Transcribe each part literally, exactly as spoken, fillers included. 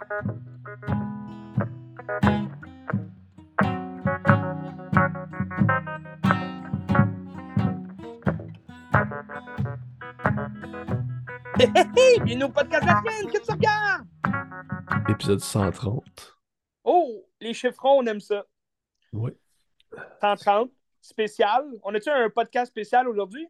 Hey, hey, hey, bienvenue au podcast de la semaine, qu'est-ce que tu regardes? Épisode cent trente. Oh, les chiffrons, on aime ça. Oui. cent trente, spécial. On a-tu un podcast spécial aujourd'hui?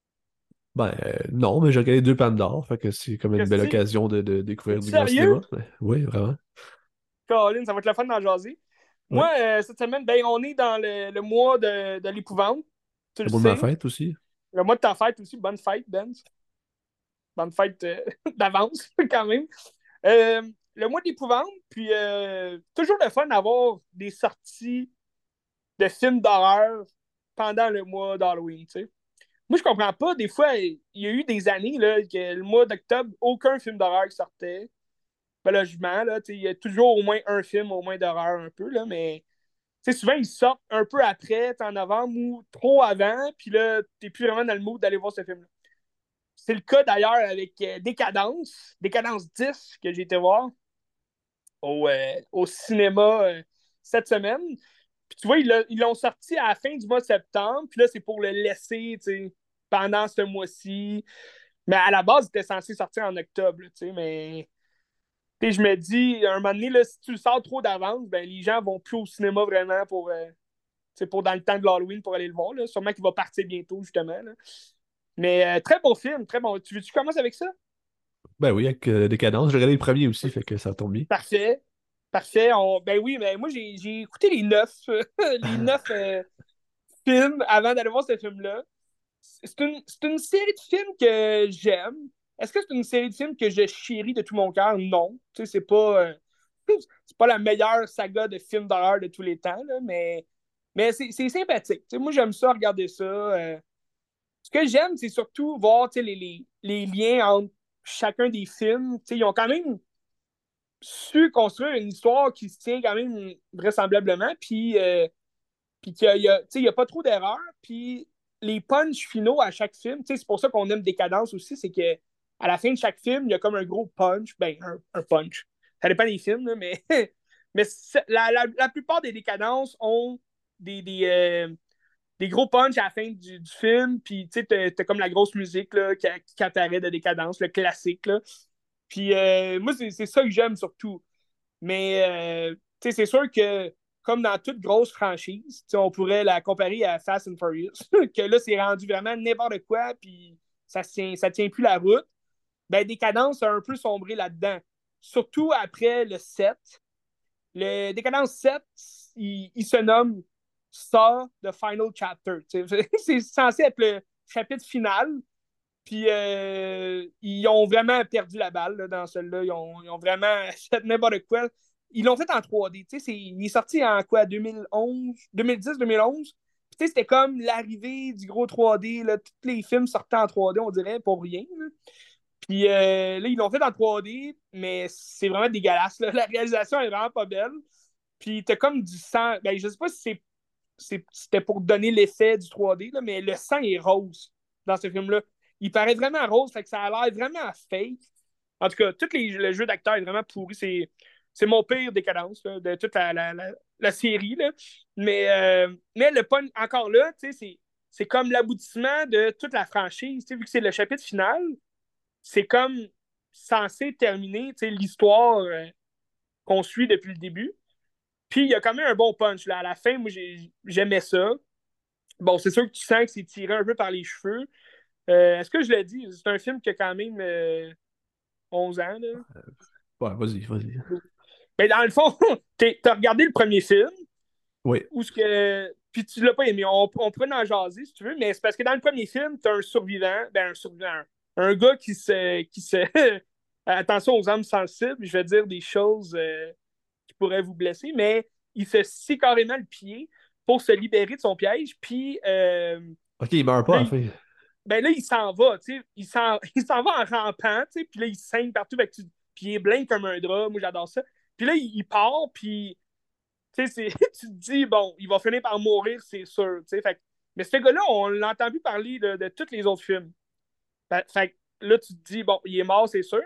Ben, euh, non, mais j'ai regardé deux pannes d'or, fait que c'est comme une Qu'est-ce belle que c'est? occasion de, de découvrir T'es-tu du grand sérieux? cinéma. Ouais, oui, vraiment. Caroline, ça va être le fun d'en jaser. Moi, Oui. euh, cette semaine, ben, on est dans le, le mois de, de l'épouvante. Tu le Le mois de ma sais. fête aussi. Le mois de ta fête aussi. Bonne fête, Ben. Bonne fête euh, d'avance, quand même. Euh, le mois de l'épouvante, puis euh, toujours le fun d'avoir des sorties de films d'horreur pendant le mois d'Halloween, tu sais. Moi, je comprends pas. Des fois, il y a eu des années, là, que le mois d'octobre, aucun film d'horreur qui sortait. Ben là, je mens, là. Il y a toujours au moins un film, au moins d'horreur, un peu, là, mais souvent, ils sortent un peu après, en novembre ou trop avant, puis là, t'es plus vraiment dans le mood d'aller voir ce film-là. C'est le cas d'ailleurs avec euh, Décadence, Décadence dix, que j'ai été voir au, euh, au cinéma euh, cette semaine. Puis tu vois, ils l'ont sorti à la fin du mois de septembre, puis là, c'est pour le laisser, tu sais, pendant ce mois-ci. Mais à la base, il était censé sortir en octobre, tu sais, mais je me dis, à un moment donné, là, si tu le sors trop d'avance, ben, les gens vont plus au cinéma vraiment pour, euh, pour dans le temps de l'Halloween pour aller le voir. Là. Sûrement qu'il va partir bientôt, justement. Là. Mais euh, très bon film, très bon. Tu veux que tu commences avec ça? Ben oui, avec euh, Décadence. J'ai regardé le premier aussi, fait que ça tombe bien. Parfait. Parfait. On... Ben oui, mais moi, j'ai j'ai écouté les neuf, les neuf euh, films avant d'aller voir ce film-là. C'est une, c'est une série de films que j'aime. Est-ce que c'est une série de films que je chéris de tout mon cœur? Non. Tu sais, c'est pas, euh, c'est pas la meilleure saga de films d'horreur de tous les temps, là, mais, mais c'est c'est sympathique. Tu sais, moi, j'aime ça, regarder ça. euh. Ce que j'aime, c'est surtout voir tu sais, les, les, les liens entre chacun des films. Tu sais, ils ont quand même su construire une histoire qui se tient quand même vraisemblablement, puis euh, puis qu'il n'y a, a, a pas trop d'erreurs. Puis les punchs finaux à chaque film, c'est pour ça qu'on aime Décadence aussi, c'est que à la fin de chaque film, il y a comme un gros punch, ben un, un punch. Ça dépend des films, là, mais, mais la, la, la, plupart des décadences ont des, des, euh, des gros punchs à la fin du, du film, puis tu sais, t'as, t'as comme la grosse musique là, qui, qui apparaît de Décadence, le classique. Là. Puis euh, moi, c'est, c'est ça que j'aime surtout. Mais euh, c'est sûr que, comme dans toute grosse franchise, on pourrait la comparer à Fast and Furious, que là, c'est rendu vraiment n'importe quoi, puis ça ne tient, ça tient plus la route. Ben, Décadence a un peu sombré là-dedans. Surtout après le sept. Le Décadence sept, il, il se nomme Saw The Final Chapter. C'est censé être le chapitre final. Puis euh, ils ont vraiment perdu la balle là, dans celui-là. Ils ont, ils ont vraiment fait n'importe quoi. Ils l'ont fait en trois D. C'est, il est sorti en quoi, deux mille onze, deux mille dix, deux mille onze. Puis c'était comme l'arrivée du gros trois D. Là. Tous les films sortaient en trois D, on dirait, pour rien. Là. Puis euh, là, ils l'ont fait en trois D, mais c'est vraiment dégueulasse. Là. La réalisation est vraiment pas belle. Puis t'as comme du sang. Ben, je sais pas si c'est, c'est, c'était pour donner l'effet du trois D, là, mais le sang est rose dans ce film-là. Il paraît vraiment rose, fait que ça a l'air vraiment fake. En tout cas, tout les, le jeu d'acteur est vraiment pourri. C'est, c'est mon pire décadence là, de toute la, la, la, la série. Là. Mais, euh, mais le pun, encore là, c'est, c'est comme l'aboutissement de toute la franchise. Vu que c'est le chapitre final, c'est comme censé terminer l'histoire euh, qu'on suit depuis le début. Puis il y a quand même un bon punch. Là. À la fin, moi, j'ai, j'aimais ça. Bon, c'est sûr que tu sens que c'est tiré un peu par les cheveux. Euh, est-ce que je l'ai dit? C'est un film qui a quand même euh, onze ans. Là. Ouais, vas-y, vas-y. Mais dans le fond, t'as regardé le premier film, Oui. où ce que. Puis tu l'as pas aimé. On, on pourrait en jaser si tu veux, mais c'est parce que dans le premier film, t'as un survivant, ben un survivant, un gars qui se. Qui se attention aux âmes sensibles, je vais dire des choses euh, qui pourraient vous blesser, mais il se scie carrément le pied pour se libérer de son piège, puis euh, Ok, il meurt pas là, à la il, fin. ben là, il s'en va, tu sais. Il s'en, il s'en va en rampant, tu sais. Puis là, il saigne partout. Fait que tu- puis il est blanc comme un drap. Moi, j'adore ça. Puis là, il, il part, puis tu sais, c'est- tu te dis, bon, il va finir par mourir, c'est sûr, tu sais. Fait que- mais ce gars-là, on l'a entendu parler de, de tous les autres films. Fait, fait que là, tu te dis, bon, il est mort, c'est sûr.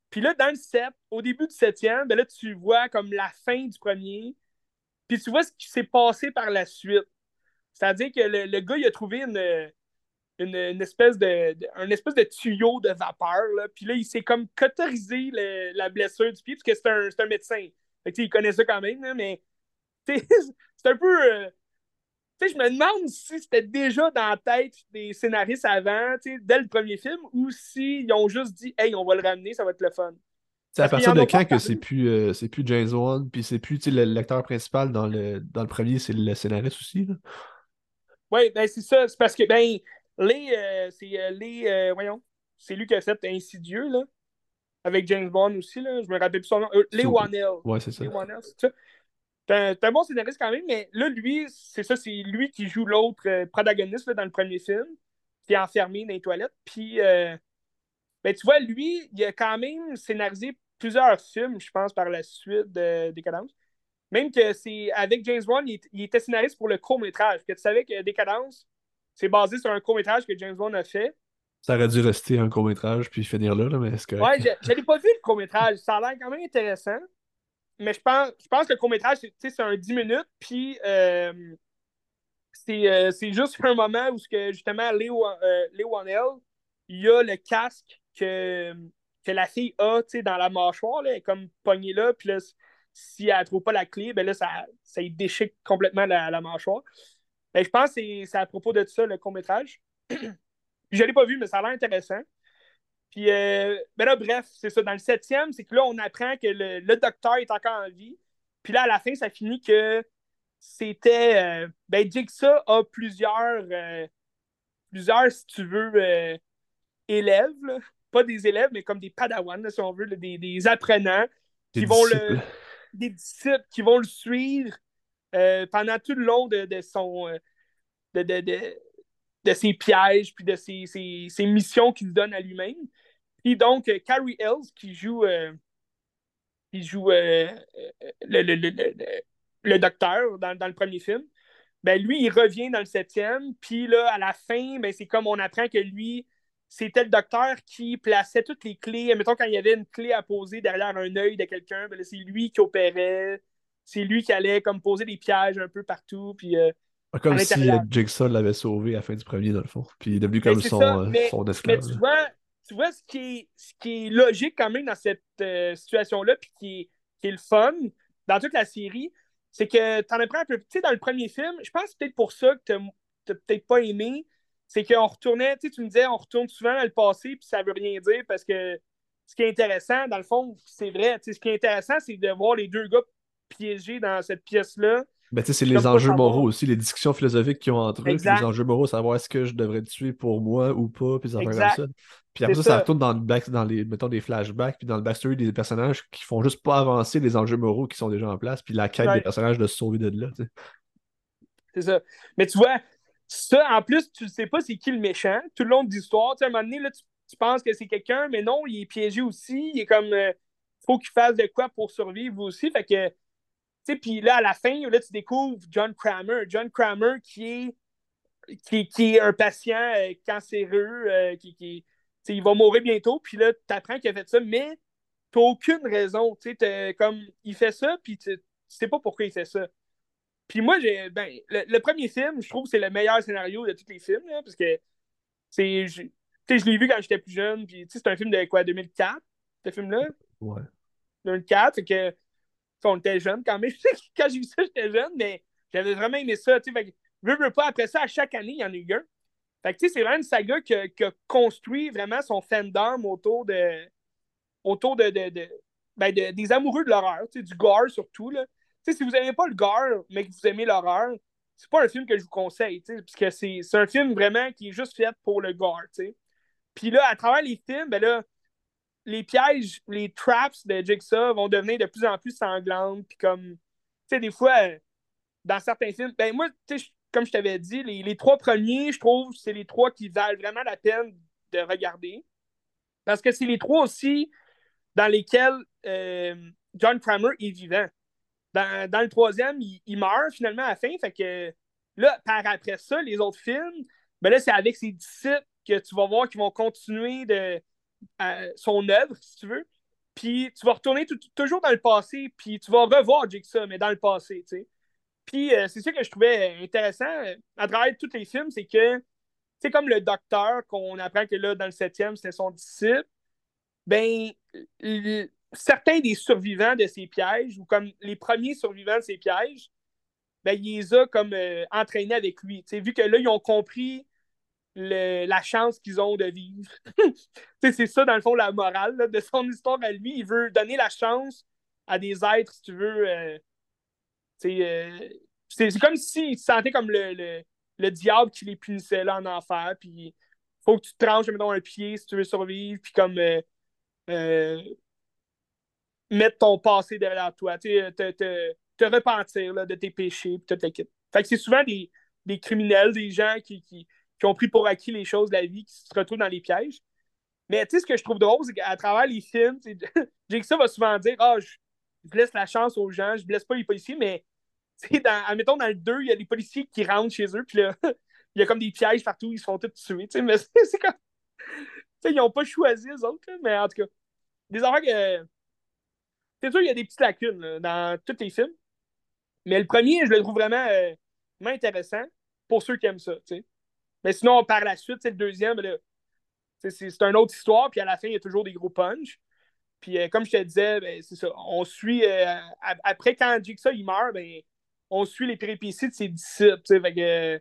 Puis là, dans le sept, au début du septième, ben là, tu vois comme la fin du premier, puis tu vois ce qui s'est passé par la suite. C'est-à-dire que le, le gars, il a trouvé une, une, une espèce de, de- un espèce de tuyau de vapeur, là. Puis là, il s'est comme cauterisé le- la blessure du pied, parce que c'est un, c'est un médecin. Fait que, tu sais, il connaît ça quand même, là, mais tu sais, c'est un peu... euh, tu sais, je me demande si c'était déjà dans la tête des scénaristes avant, tu sais, dès le premier film, ou s'ils ont juste dit « Hey, on va le ramener, ça va être le fun. » C'est à Parce qu'ils partir en de ont pas quand que c'est parlé. plus, euh, c'est plus James Wan, puis c'est plus, tu sais, le l'acteur principal dans le, dans le premier, c'est le scénariste aussi, là. Oui, ben c'est ça. C'est parce que, ben, les, euh, c'est euh, les, euh, voyons, c'est lui qui a fait Insidieux, là, avec James Bond aussi, là. Je me rappelle plus son nom. Euh, Lee C'est- Whannell. Ouais, c'est ça. Lee Whannell, c'est ça. C'est un, c'est un bon scénariste quand même, mais là, lui, c'est ça, c'est lui qui joue l'autre euh, protagoniste là, dans le premier film, qui est enfermé dans les toilettes. Puis, euh, ben, tu vois, lui, il a quand même scénarisé plusieurs films, je pense, par la suite de Décadence. Même que c'est avec James Wan, il, il était scénariste pour le court-métrage. Que tu savais que Décadence, c'est basé sur un court-métrage que James Wan a fait. Ça aurait dû rester un court-métrage puis finir là, là, mais c'est Ouais, correct. je n'ai pas vu le court-métrage. Ça a l'air quand même intéressant. Mais je pense, je pense que le court-métrage, c'est c'est un dix minutes. Puis euh, c'est euh, c'est juste un moment où que, justement, Léo, euh, Léo Whannell, il y a le casque que, que la fille a dans la mâchoire. Là, elle est comme pognée là. Puis là, si elle ne trouve pas la clé, ben là, ça, ça y déchique complètement la, la mâchoire. Ben, je pense que c'est c'est à propos de ça, le court-métrage. Puis je ne l'ai pas vu, mais ça a l'air intéressant. Puis euh, ben là, bref, c'est ça. Dans le septième, c'est que là, on apprend que le, le docteur est encore en vie. Puis là, à la fin, ça finit que c'était. Euh, ben, Jigsaw a plusieurs, euh, plusieurs, si tu veux, euh, élèves. Là. Pas des élèves, mais comme des padawans, là, si on veut, là, des, des apprenants Des qui vont disciples. le. Des disciples qui vont le suivre euh, pendant tout le long de, de son. Euh, de, de, de, de ses pièges, puis de ses, ses, ses missions qu'il donne à lui-même. Puis donc, euh, Carrie Ells, qui joue, euh, qui joue euh, euh, le, le, le, le, le docteur dans, dans le premier film, ben lui, il revient dans le septième. Puis là, à la fin, ben c'est comme on apprend que lui, c'était le docteur qui plaçait toutes les clés. Mettons, quand il y avait une clé à poser derrière un œil de quelqu'un, ben là, c'est lui qui opérait. C'est lui qui allait comme poser des pièges un peu partout, puis euh, à Comme si euh, l'intérieur. Jigsaw l'avait sauvé à la fin du premier, dans le fond. Puis il est devenu Ben, comme c'est son, ça, euh, mais, son mais esclave, tu là. vois, tu vois ce qui est, ce qui est logique quand même dans cette euh, situation-là, puis qui est, qui est le fun dans toute la série, c'est que tu en apprends un peu. Tu sais, dans le premier film, je pense que c'est peut-être pour ça que tu n'as peut-être pas aimé, c'est qu'on retournait, tu sais, tu me disais, on retourne souvent dans le passé, puis ça veut rien dire parce que ce qui est intéressant, dans le fond, c'est vrai, tu sais, ce qui est intéressant, c'est de voir les deux gars piégés dans cette pièce-là, Ben, tu sais, c'est puis les comme pas enjeux moraux savoir. aussi, les discussions philosophiques qu'ils ont entre eux, puis les Exact, enjeux moraux, savoir est-ce que je devrais le tuer pour moi ou pas, puis des affaires comme exact, ça. Puis après c'est ça, ça ça. retourne dans le back, dans les, mettons, des flashbacks, puis dans le backstory des personnages qui font juste pas avancer les enjeux moraux qui sont déjà en place, puis la quête des Ouais. personnages de se sauver de là, tu sais. C'est ça. Mais tu vois, ça, en plus, tu ne sais pas c'est qui le méchant. Tout le long de l'histoire, tu sais, à un moment donné, là, tu, tu penses que c'est quelqu'un, mais non, il est piégé aussi. Il est comme, euh, faut qu'il fasse de quoi pour survivre aussi. Fait que, tu sais, puis là, à la fin, là, tu découvres John Kramer. John Kramer qui est, qui, qui est un patient euh, cancéreux, euh, qui, qui tu sais, il va mourir bientôt. Puis là, tu apprends qu'il a fait ça, mais tu n'as aucune raison. Tu sais, comme, il fait ça, puis tu ne sais pas pourquoi il fait ça. Puis moi, j'ai ben, le, le premier film, je trouve que c'est le meilleur scénario de tous les films, là, parce que c'est. Je, tu sais, je l'ai vu quand j'étais plus jeune, puis tu sais, c'est un film de quoi, deux mille quatre, ce film-là? Ouais. deux mille quatre, fait que, tu sais, on était jeunes quand même. Quand j'ai vu ça, j'étais jeune, mais j'avais vraiment aimé ça, tu sais, fait que, veux, veux pas, après ça, à chaque année, il y en a eu un. Fait que, tu sais, c'est vraiment une saga qui a, qui a construit vraiment son fandom autour de, autour de, de, de, ben de- des amoureux de l'horreur, tu sais, du gore surtout, là. Tu sais, si vous n'aimez pas le gore, mais que vous aimez l'horreur, c'est pas un film que je vous conseille, tu sais, parce que c'est c'est un film vraiment qui est juste fait pour le gore, tu sais. Puis là, à travers les films, ben là, les pièges, les traps de Jigsaw vont devenir de plus en plus sanglantes, puis comme, tu sais, des fois, euh, dans certains films, ben moi, tu sais, comme je t'avais dit, les, les trois premiers, je trouve, c'est les trois qui valent vraiment la peine de regarder. Parce que c'est les trois aussi dans lesquels euh, John Kramer est vivant. Dans, dans le troisième, il, il, meurt finalement à la fin. Fait que là, par après ça, les autres films, ben là, c'est avec ses disciples que tu vas voir qu'ils vont continuer de, euh, son œuvre, si tu veux. Puis tu vas retourner tout, toujours dans le passé, puis tu vas revoir Jigsaw, mais dans le passé, tu sais. Puis euh, c'est ça que je trouvais intéressant euh, à travers tous les films, c'est que, c'est comme le docteur, qu'on apprend que là, dans le septième, c'était son disciple, ben, l- certains des survivants de ces pièges, ou comme les premiers survivants de ces pièges, ben, il les a comme euh, entraînés avec lui. Tu sais, vu que là, ils ont compris le- la chance qu'ils ont de vivre. C'est ça, dans le fond, la morale là, de son histoire à lui. Il veut donner la chance à des êtres, si tu veux. Euh, euh, c'est c'est comme s'il se sentait comme le, le, le diable qui les punissait là en enfer. Puis faut que tu te tranches, mettons, un pied si tu veux survivre. Puis comme euh, euh, mettre ton passé derrière toi. Te, te, te repentir là, de tes péchés. Puis toute la kit. Fait que c'est souvent des, des criminels, des gens qui, qui, qui ont pris pour acquis les choses de la vie, qui se retrouvent dans les pièges. Mais tu sais, ce que je trouve drôle, c'est qu'à travers les films, Jake ça va souvent dire Ah, oh, je, je laisse la chance aux gens, je blesse pas les policiers, mais dans, admettons, dans le deux, il y a des policiers qui rentrent chez eux, puis là, il y a comme des pièges partout, ils se font tous tuer. Mais c'est comme. Ils n'ont pas choisi, eux autres, là, mais en tout cas, des affaires que. C'est sûr, il y a des petites lacunes là, dans tous les films, mais le premier, je le trouve vraiment, euh, vraiment intéressant pour ceux qui aiment ça. T'sais. Mais sinon, par la suite, c'est le deuxième, ben là, c'est, c'est une autre histoire, puis à la fin, il y a toujours des gros punch. Puis euh, comme je te disais, ben, c'est ça. On suit. Euh, après, quand Jigsaw il meurt, ben, on suit les péripéties de ses disciples. Fait que,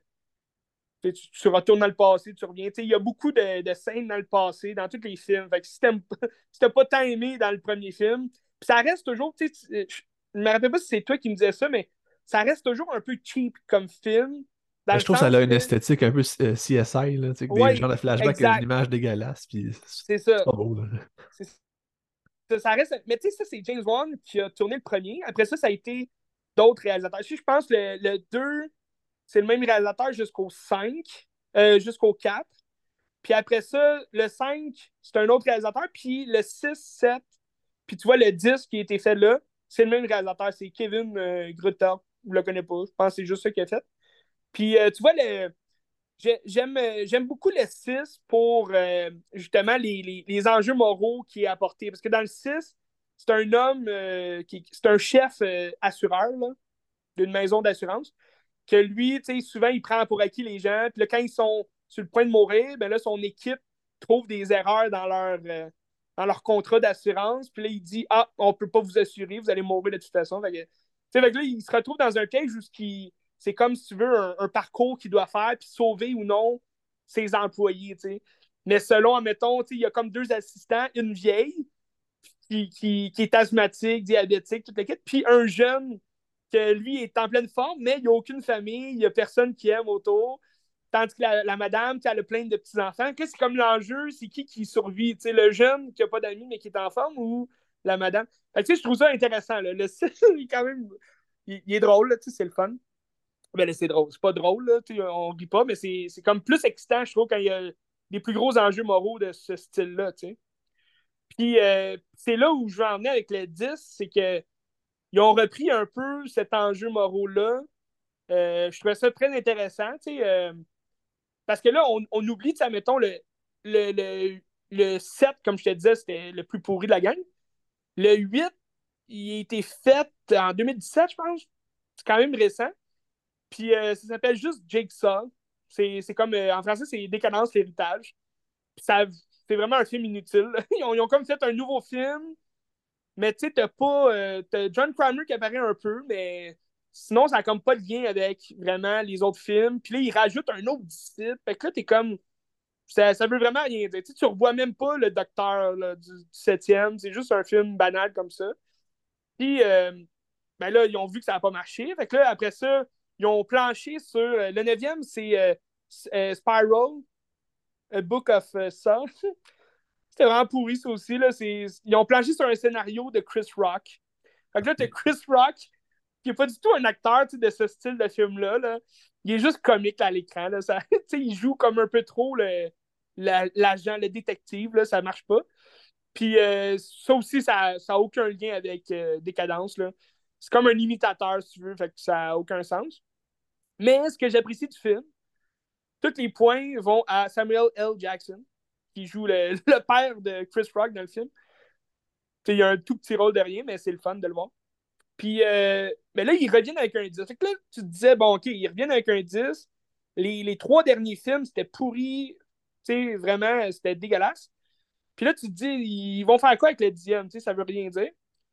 tu, tu, retournes dans le passé, tu reviens. Il y a beaucoup de, de, scènes dans le passé, dans tous les films. Fait que si t'aimes si t'as pas tant aimé dans le premier film, puis ça reste toujours. Je ne me rappelle pas si c'est toi qui me disais ça, mais ça reste toujours un peu cheap comme film. Dans Ben, le je trouve que ça sens a une que. esthétique un peu euh, C S I, là, tu sais, que des gens Ouais, de flashback avec une exact. image dégueulasse, puis c'est C'est c'est ça. pas beau, là. C'est ça, ça reste. Mais tu sais, ça, c'est James Wan qui a tourné le premier. Après ça, ça a été d'autres réalisateurs. Si je pense que le, le deux, c'est le même réalisateur jusqu'au cinq, euh, jusqu'au quatre. Puis après ça, le cinq, c'est un autre réalisateur. Puis le six, sept, puis tu vois, le dix qui a été fait là, c'est le même réalisateur. C'est Kevin euh, Grutter. Vous le connaissez pas. Je pense que c'est juste ça qu'il a fait. Puis euh, tu vois, le, j'aime, euh, j'aime beaucoup le six pour euh, justement les, les, les enjeux moraux qui est apporté. Parce que dans le six, c'est un homme, euh, qui, c'est un chef euh, assureur là, d'une maison d'assurance, que lui, tu sais, souvent, il prend pour acquis les gens. Puis là, quand ils sont sur le point de mourir, ben là, son équipe trouve des erreurs dans leur, euh, dans leur contrat d'assurance. Puis là, il dit Ah, on peut pas vous assurer, vous allez mourir de toute façon. Fait que, tu sais, fait que là, il se retrouve dans un piège où c'est comme, si tu veux, un, un parcours qu'il doit faire, puis sauver ou non ses employés, tu sais. Mais selon, admettons, tu sais, il y a comme deux assistants, une vieille qui, qui, qui est asthmatique, diabétique, toute l'équipe, puis un jeune que lui est en pleine forme, mais il n'y a aucune famille, il n'y a personne qui aime autour. Tandis que la, la madame, elle a plein de petits-enfants. Qu'est-ce que c'est comme l'enjeu? C'est qui qui survit? T'sais, le jeune qui n'a pas d'amis mais qui est en forme ou la madame? Fait que, je trouve ça intéressant. Là. Le style, il est quand même. Il, il est drôle, là, c'est le fun. Ben, là, c'est drôle. C'est pas drôle, là, on rit pas, mais c'est comme plus excitant, je trouve, quand il y a des plus gros enjeux moraux de ce style-là. T'sais. Puis euh, c'est là où je veux en venir avec le dix, c'est que ils ont repris un peu cet enjeu moraux-là. Euh, je trouvais ça très intéressant, tu sais, euh, parce que là, on, on oublie, tu mettons, le, le, le, le sept, comme je te disais, c'était le plus pourri de la gang. Le huit, il a été fait en deux mille dix-sept, je pense. C'est quand même récent. Puis euh, ça s'appelle juste Jigsaw. C'est c'est comme, euh, en français, c'est Décadence, l'héritage. Puis ça, c'est vraiment un film inutile. Ils ont, ils ont comme fait un nouveau film. Mais tu sais, t'as pas. Euh, t'as John Kramer qui apparaît un peu, mais sinon, ça n'a comme pas de lien avec vraiment les autres films. Puis là, il rajoute un autre disciple. Fait que là, t'es comme. Ça, ça veut vraiment rien dire. Tu sais, tu revois même pas le docteur là, du, du septième. C'est juste un film banal comme ça. Puis, euh, ben là, ils ont vu que ça n'a pas marché. Fait que là, après ça, ils ont planché sur. Euh, le neuvième, c'est euh, euh, Spiral, A Book of uh, Saw. C'était vraiment pourri, ça aussi. Là. Ils ont planché sur un scénario de Chris Rock. Fait que là, t'as Chris Rock, qui n'est pas du tout un acteur de ce style de film-là. Là. Il est juste comique à l'écran. Là. Ça, il joue comme un peu trop le, la, l'agent, le détective. Là. Ça marche pas. Puis euh, ça aussi, ça n'a aucun lien avec euh, Décadence. Là. C'est comme un imitateur, si tu veux. Fait que ça n'a aucun sens. Mais ce que j'apprécie du film, tous les points vont à Samuel L. Jackson, qui joue le, le père de Chris Rock dans le film. Il y a un tout petit rôle de rien, mais c'est le fun de le voir. Puis euh, mais là, ils reviennent avec un dix. Fait que là, tu te disais, bon, OK, ils reviennent avec un dix. Les, les trois derniers films, c'était pourri. Tu sais, vraiment, c'était dégueulasse. Puis là, tu te dis, ils vont faire quoi avec le dixième? Tu sais, ça veut rien dire.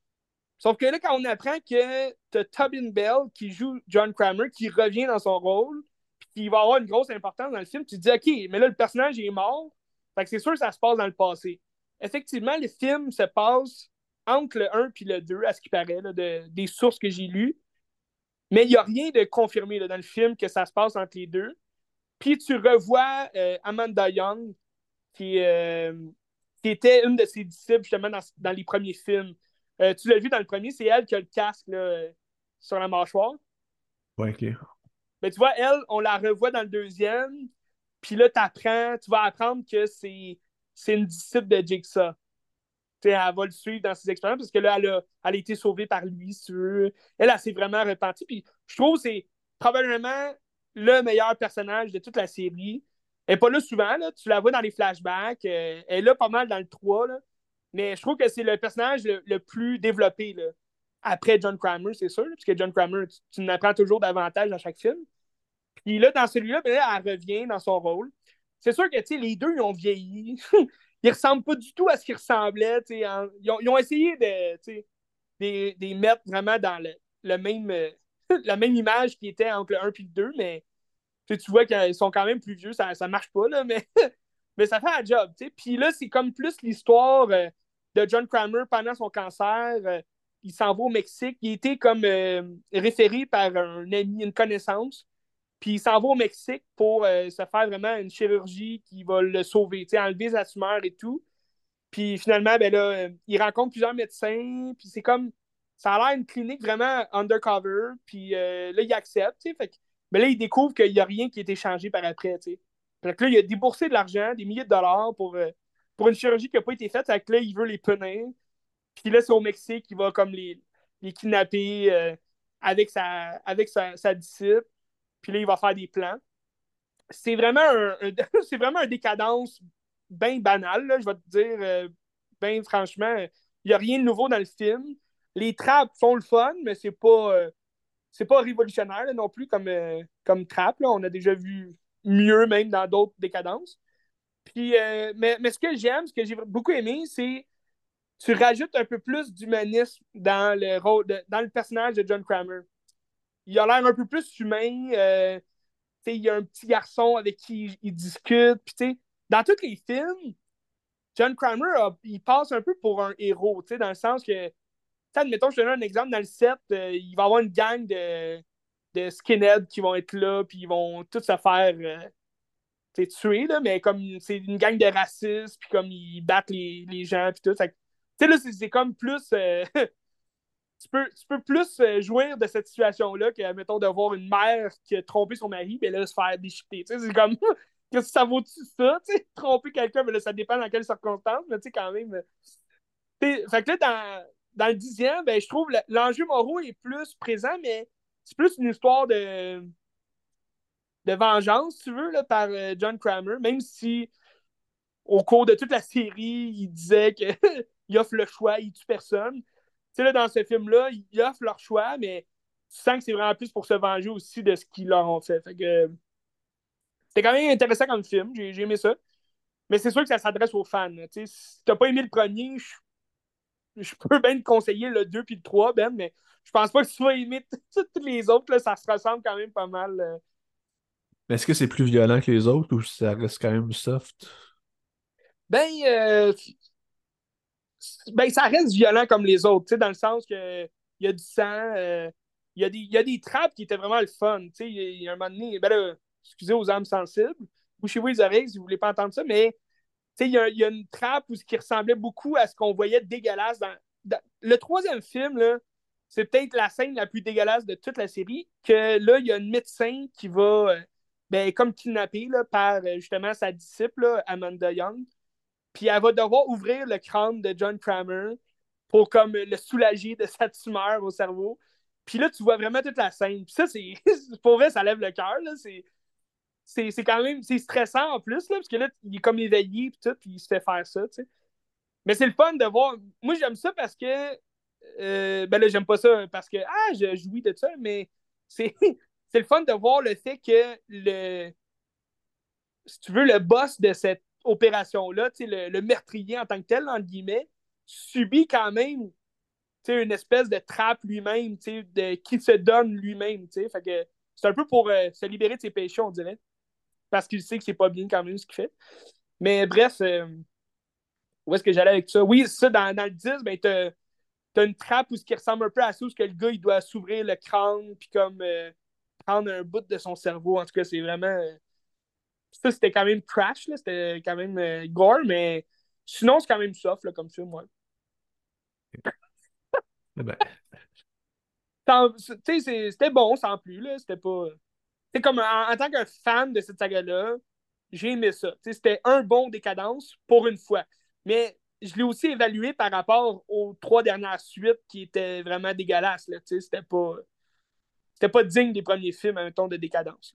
Sauf que là, quand on apprend que t'as Tobin Bell qui joue John Kramer, qui revient dans son rôle, puis qui va avoir une grosse importance dans le film, tu te dis, OK, mais là, le personnage est mort. Fait que c'est sûr que ça se passe dans le passé. Effectivement, le film se passe entre le un et le deux, à ce qui paraît, là, de, des sources que j'ai lues. Mais il n'y a rien de confirmé là, dans le film que ça se passe entre les deux. Puis tu revois euh, Amanda Young, qui, euh, qui était une de ses disciples justement dans, dans les premiers films. Euh, tu l'as vu dans le premier, c'est elle qui a le casque là, euh, sur la mâchoire. Ouais, ok. Mais tu vois, elle, on la revoit dans le deuxième. Puis là, t'apprends, tu vas apprendre que c'est, c'est une disciple de Jigsaw. T'sais, elle va le suivre dans ses expériences parce que là, elle a, elle a été sauvée par lui, si tu veux. Elle, elle s'est vraiment repentie. Puis je trouve que c'est probablement le meilleur personnage de toute la série. Elle n'est pas là souvent, là. Tu la vois dans les flashbacks. Euh, elle est là pas mal dans le trois. Là. Mais je trouve que c'est le personnage le, le plus développé là. Après John Kramer, c'est sûr. Parce que John Kramer, tu, tu en apprends toujours davantage à chaque film. Puis là, dans celui-là, ben là, elle revient dans son rôle. C'est sûr que les deux, ils ont vieilli. Ils ressemblent pas du tout à ce qu'ils ressemblaient. En... Ils, ont, ils, ont, essayé de, de, de les mettre vraiment dans le, le même, euh, la même image qui était entre le un et le deux, mais tu vois qu'ils sont quand même plus vieux, ça, ça marche pas, là, mais, mais ça fait un job. T'sais. Puis là, c'est comme plus l'histoire euh, de John Kramer pendant son cancer. Euh, il s'en va au Mexique. Il était comme euh, référé par un ami, une connaissance. Puis il s'en va au Mexique pour euh, se faire vraiment une chirurgie qui va le sauver, enlever sa tumeur et tout. Puis finalement, ben là, euh, il rencontre plusieurs médecins. Puis c'est comme, ça a l'air une clinique vraiment undercover. Puis euh, là, il accepte. Fait que, ben là, il découvre qu'il n'y a rien qui a été changé par après. T'sais. Fait que là, il a déboursé de l'argent, des milliers de dollars pour, euh, pour une chirurgie qui n'a pas été faite. Fait que là, il veut les punir. Puis là, c'est au Mexique qu'il va comme les, les kidnapper euh, avec, sa, avec sa, sa disciple. Puis là, il va faire des plans. C'est vraiment un, un c'est vraiment un décadence bien banal, là, je vais te dire, euh, bien franchement. Il n'y a rien de nouveau dans le film. Les trappes font le fun, mais c'est pas, euh, c'est pas révolutionnaire là, non plus comme, euh, comme trappe. Là. On a déjà vu mieux même dans d'autres décadences. Puis, euh, mais, mais ce que j'aime, ce que j'ai beaucoup aimé, c'est tu rajoutes un peu plus d'humanisme dans le rôle de, dans le personnage de John Kramer. Il a l'air un peu plus humain. Euh, il y a un petit garçon avec qui il, il discute. Puis, dans tous les films, John Kramer, a, il passe un peu pour un héros, dans le sens que, admettons, je te donne un exemple, dans le set, euh, il va y avoir une gang de, de skinheads qui vont être là, puis ils vont tous se faire euh, tuer, là, mais comme c'est une gang de racistes, puis comme ils battent les, les gens, puis tout. Tu sais, là, c'est, c'est comme plus. Euh, tu peux, tu peux plus euh, jouir de cette situation-là que, mettons, de voir une mère qui a trompé son mari, mais là, se faire déchiqueter. Tu sais, c'est comme, qu'est-ce que ça vaut-tu ça? Tu sais, tromper quelqu'un, mais là, ça dépend dans quelles circonstances, mais tu sais, quand même. Fait que là, dans, dans le dixième, ben, je trouve que l'enjeu moraux est plus présent, mais c'est plus une histoire de, de vengeance, si tu veux, là, par euh, John Kramer, même si au cours de toute la série, il disait qu'il offre le choix, il tue personne. Tu sais, là, dans ce film-là, ils offrent leur choix, mais tu sens que c'est vraiment plus pour se venger aussi de ce qu'ils leur ont fait. Fait que c'était quand même intéressant comme film, j'ai, j'ai aimé ça. Mais c'est sûr que ça s'adresse aux fans. Tu sais, si t'as pas aimé le premier, je, je peux bien te conseiller le deux puis le trois, Ben, mais je pense pas que tu vas aimer tous les autres. Là, ça se ressemble quand même pas mal. euh. Mais est-ce que c'est plus violent que les autres ou ça reste quand même soft? Ben, euh, ben, ça reste violent comme les autres, tu sais, dans le sens que il y a du sang, euh, il y a des, il y a des trappes qui étaient vraiment le fun, tu sais, il y a un moment donné, ben là, excusez aux âmes sensibles, bouchez-vous les oreilles si vous voulez pas entendre ça, mais tu sais, il y a, il y a une trappe où, qui ressemblait beaucoup à ce qu'on voyait de dégueulasse dans, dans- le troisième film, là, c'est peut-être la scène la plus dégueulasse de toute la série, que là, il y a un médecin qui va, euh, ben, comme kidnappé là, par euh, justement sa disciple, là, Amanda Young, puis elle va devoir ouvrir le crâne de John Kramer pour comme le soulager de sa tumeur au cerveau. Puis là, tu vois vraiment toute la scène. Puis ça, c'est pour vrai, ça lève le cœur. C'est, c'est, c'est quand même c'est stressant en plus, là, parce que là, il est comme éveillé, puis tout, puis il se fait faire ça, tu sais. Mais c'est le fun de voir. Moi, j'aime ça parce que. Euh, ben là, j'aime pas ça parce que. Ah, je jouis de ça, mais c'est c'est le fun de voir le fait que le. Si tu veux, le boss de cette opération-là, le, le meurtrier en tant que tel, entre guillemets, subit quand même une espèce de trappe lui-même, de, qui se donne lui-même. Fait que c'est un peu pour euh, se libérer de ses péchés, on dirait. Parce qu'il sait que c'est pas bien quand même ce qu'il fait. Mais bref, euh, où est-ce que j'allais avec ça? Oui, ça, dans, dans le dix, ben, t'as, t'as une trappe où ce qui ressemble un peu à ça, où que le gars, il doit s'ouvrir le crâne, puis comme euh, prendre un bout de son cerveau. En tout cas, c'est vraiment. Euh, ça, c'était quand même trash, là. C'était quand même euh, gore, mais sinon, c'est quand même soft, là, comme ça, moi. Eh ben, C'était bon, sans plus, là. C'était pas. C'est comme en, en, tant que fan de cette saga-là, j'ai aimé ça. T'sais, c'était un bon décadence pour une fois. Mais je l'ai aussi évalué par rapport aux trois dernières suites qui étaient vraiment dégueulasses. Là, c'était pas. C'était pas digne des premiers films, mettons, de décadence.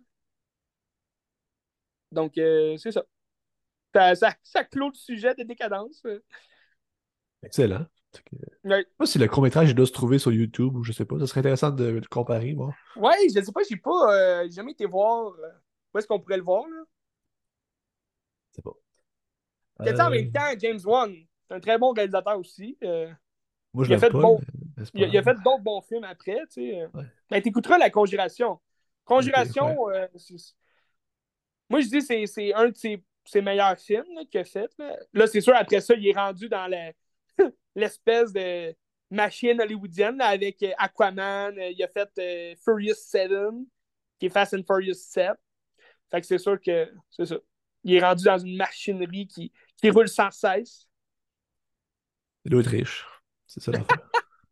Donc, euh, c'est ça. Ça, ça. ça clôt le sujet de décadence. excellent. Ouais. Je sais pas si le court-métrage il doit se trouver sur YouTube ou je sais pas. Ça serait intéressant de, de comparer, moi. Ouais, je sais pas, j'ai pas euh, j'ai jamais été voir. Euh, où est-ce qu'on pourrait le voir, là? Je sais pas. Que, en Euh, même temps, James Wan, c'est un très bon réalisateur aussi. Euh, moi, je il a l'aime fait pas, mais, bon, mais c'est il a, pas il a grave. fait d'autres bons films après, tu sais. Euh. Ouais. Ben, t'écouteras La Conjuration. Ok, ouais. Conjuration, euh, c'est- moi, je dis c'est c'est un de ses, ses meilleurs films là, qu'il a fait. Là, là c'est sûr, après ça, il est rendu dans la- l'espèce de machine hollywoodienne là, avec euh, Aquaman. Euh, il a fait euh, Furious sept, qui est Fast and Furious sept. Fait que c'est sûr que c'est ça. Il est rendu dans une machinerie qui, qui roule sans cesse. Il doit être riche. C'est ça l'affaire.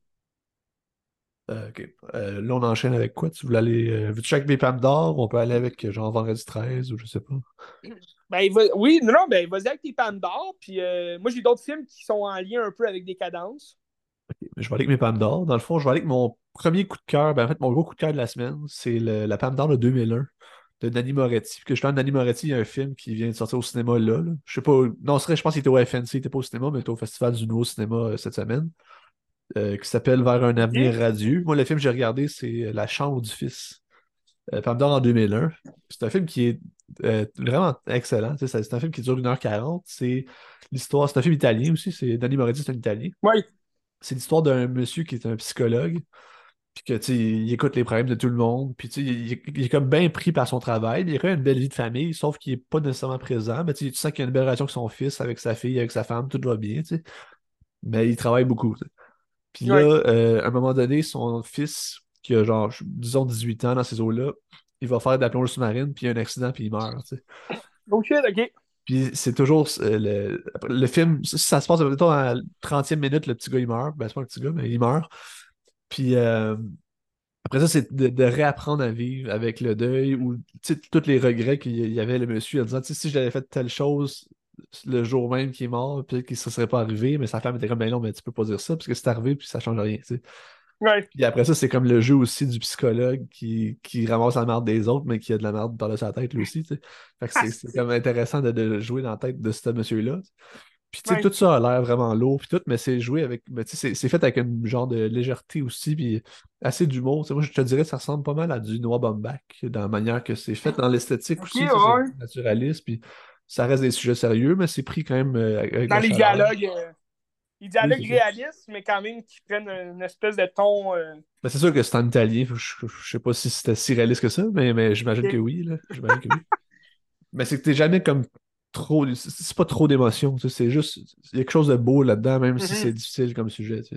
Euh, ok. Euh, là, on enchaîne avec quoi? Tu voulais aller. Euh, veux-tu chaque mes pommes d'or? On peut aller avec euh, genre vendredi treize ou je sais pas. Ben, il va- oui, non, non, ben, vas-y avec tes pannes d'or. Puis euh, moi, j'ai d'autres films qui sont en lien un peu avec des cadences. Je vais aller avec mes pommes d'or. Dans le fond, je vais aller avec mon premier coup de cœur. Ben, en fait, mon gros coup de cœur de la semaine, c'est le- la pomme d'or de deux mille un de Nanni Moretti. Puis que justement, Nanni Moretti, il y a un film qui vient de sortir au cinéma là. là. Je sais pas. Non, c'est vrai, je pense qu'il était au F N C, il était pas au cinéma, mais il était au Festival du Nouveau Cinéma euh, cette semaine. Euh, qui s'appelle Vers un avenir OK? radieux. Moi, le film que j'ai regardé, c'est La Chambre du Fils. Euh, Palme d'Or en deux mille un. C'est un film qui est euh, vraiment excellent. Tu sais, C'est c'est un film qui dure une heure quarante. C'est l'histoire, c'est un film italien aussi. C'est Danny Moretti, c'est un Italien. Oui. C'est l'histoire d'un monsieur qui est un psychologue, puis que tu sais, il écoute les problèmes de tout le monde, puis tu sais, il, il- il est comme bien pris par son travail, mais il a quand même une belle vie de famille, sauf qu'il est pas nécessairement présent. Mais tu sais, tu sens qu'il a une belle relation avec son fils, avec sa fille, avec sa femme, tout va bien, tu sais. Mais il travaille beaucoup. Tu sais. Puis là, Oui. euh, à un moment donné, son fils, qui a genre, disons, dix-huit ans dans ces eaux-là, il va faire de la plongée sous-marine, puis il y a un accident, puis il meurt. Tu sais. Oh shit, OK. Puis c'est toujours euh, le, le film, ça, ça se passe mettons, à la trentième minute, le petit gars il meurt. Ben, c'est pas un petit gars, mais il meurt. Puis euh, après ça, c'est de, de réapprendre à vivre avec le deuil ou tu sais, tous les regrets qu'il y avait le monsieur en disant tu sais, si j'avais fait telle chose le jour même qu'il est mort, puis qu'il ne se serait pas arrivé, mais sa femme était comme ben non, mais tu peux pas dire ça, parce que c'est arrivé, puis ça change rien. Tu sais. Ouais. Puis après ça, c'est comme le jeu aussi du psychologue qui, qui ramasse la merde des autres, mais qui a de la merde par sa tête lui aussi. Tu sais. Fait que Ah, c'est c'est c'est- comme intéressant de, de jouer dans la tête de ce monsieur-là. Puis tu sais, ouais. tout ça a l'air vraiment lourd, puis tout, mais c'est joué avec. Mais tu sais, c'est c'est fait avec un genre de légèreté aussi, puis assez d'humour. Tu sais, moi, je te dirais que ça ressemble pas mal à du Noah Baumbach, dans la manière que c'est fait, dans l'esthétique OK, aussi, tu sais, c'est ouais. naturaliste, puis ça reste des sujets sérieux, mais c'est pris quand même euh, avec de Dans la les chaleur. dialogues, euh, les Oui, c'est dialogues ça. réalistes, mais quand même qui prennent une espèce de ton. Euh, Ben, c'est sûr que c'est en italien, je, je, je sais pas si c'était si réaliste que ça, mais, mais j'imagine que OK. oui, là. J'imagine que oui. Mais c'est que t'es jamais comme trop. C'est c'est pas trop d'émotion, tu sais, c'est juste. Il y a quelque chose de beau là-dedans, même si c'est Mhm. difficile comme sujet. Tu sais.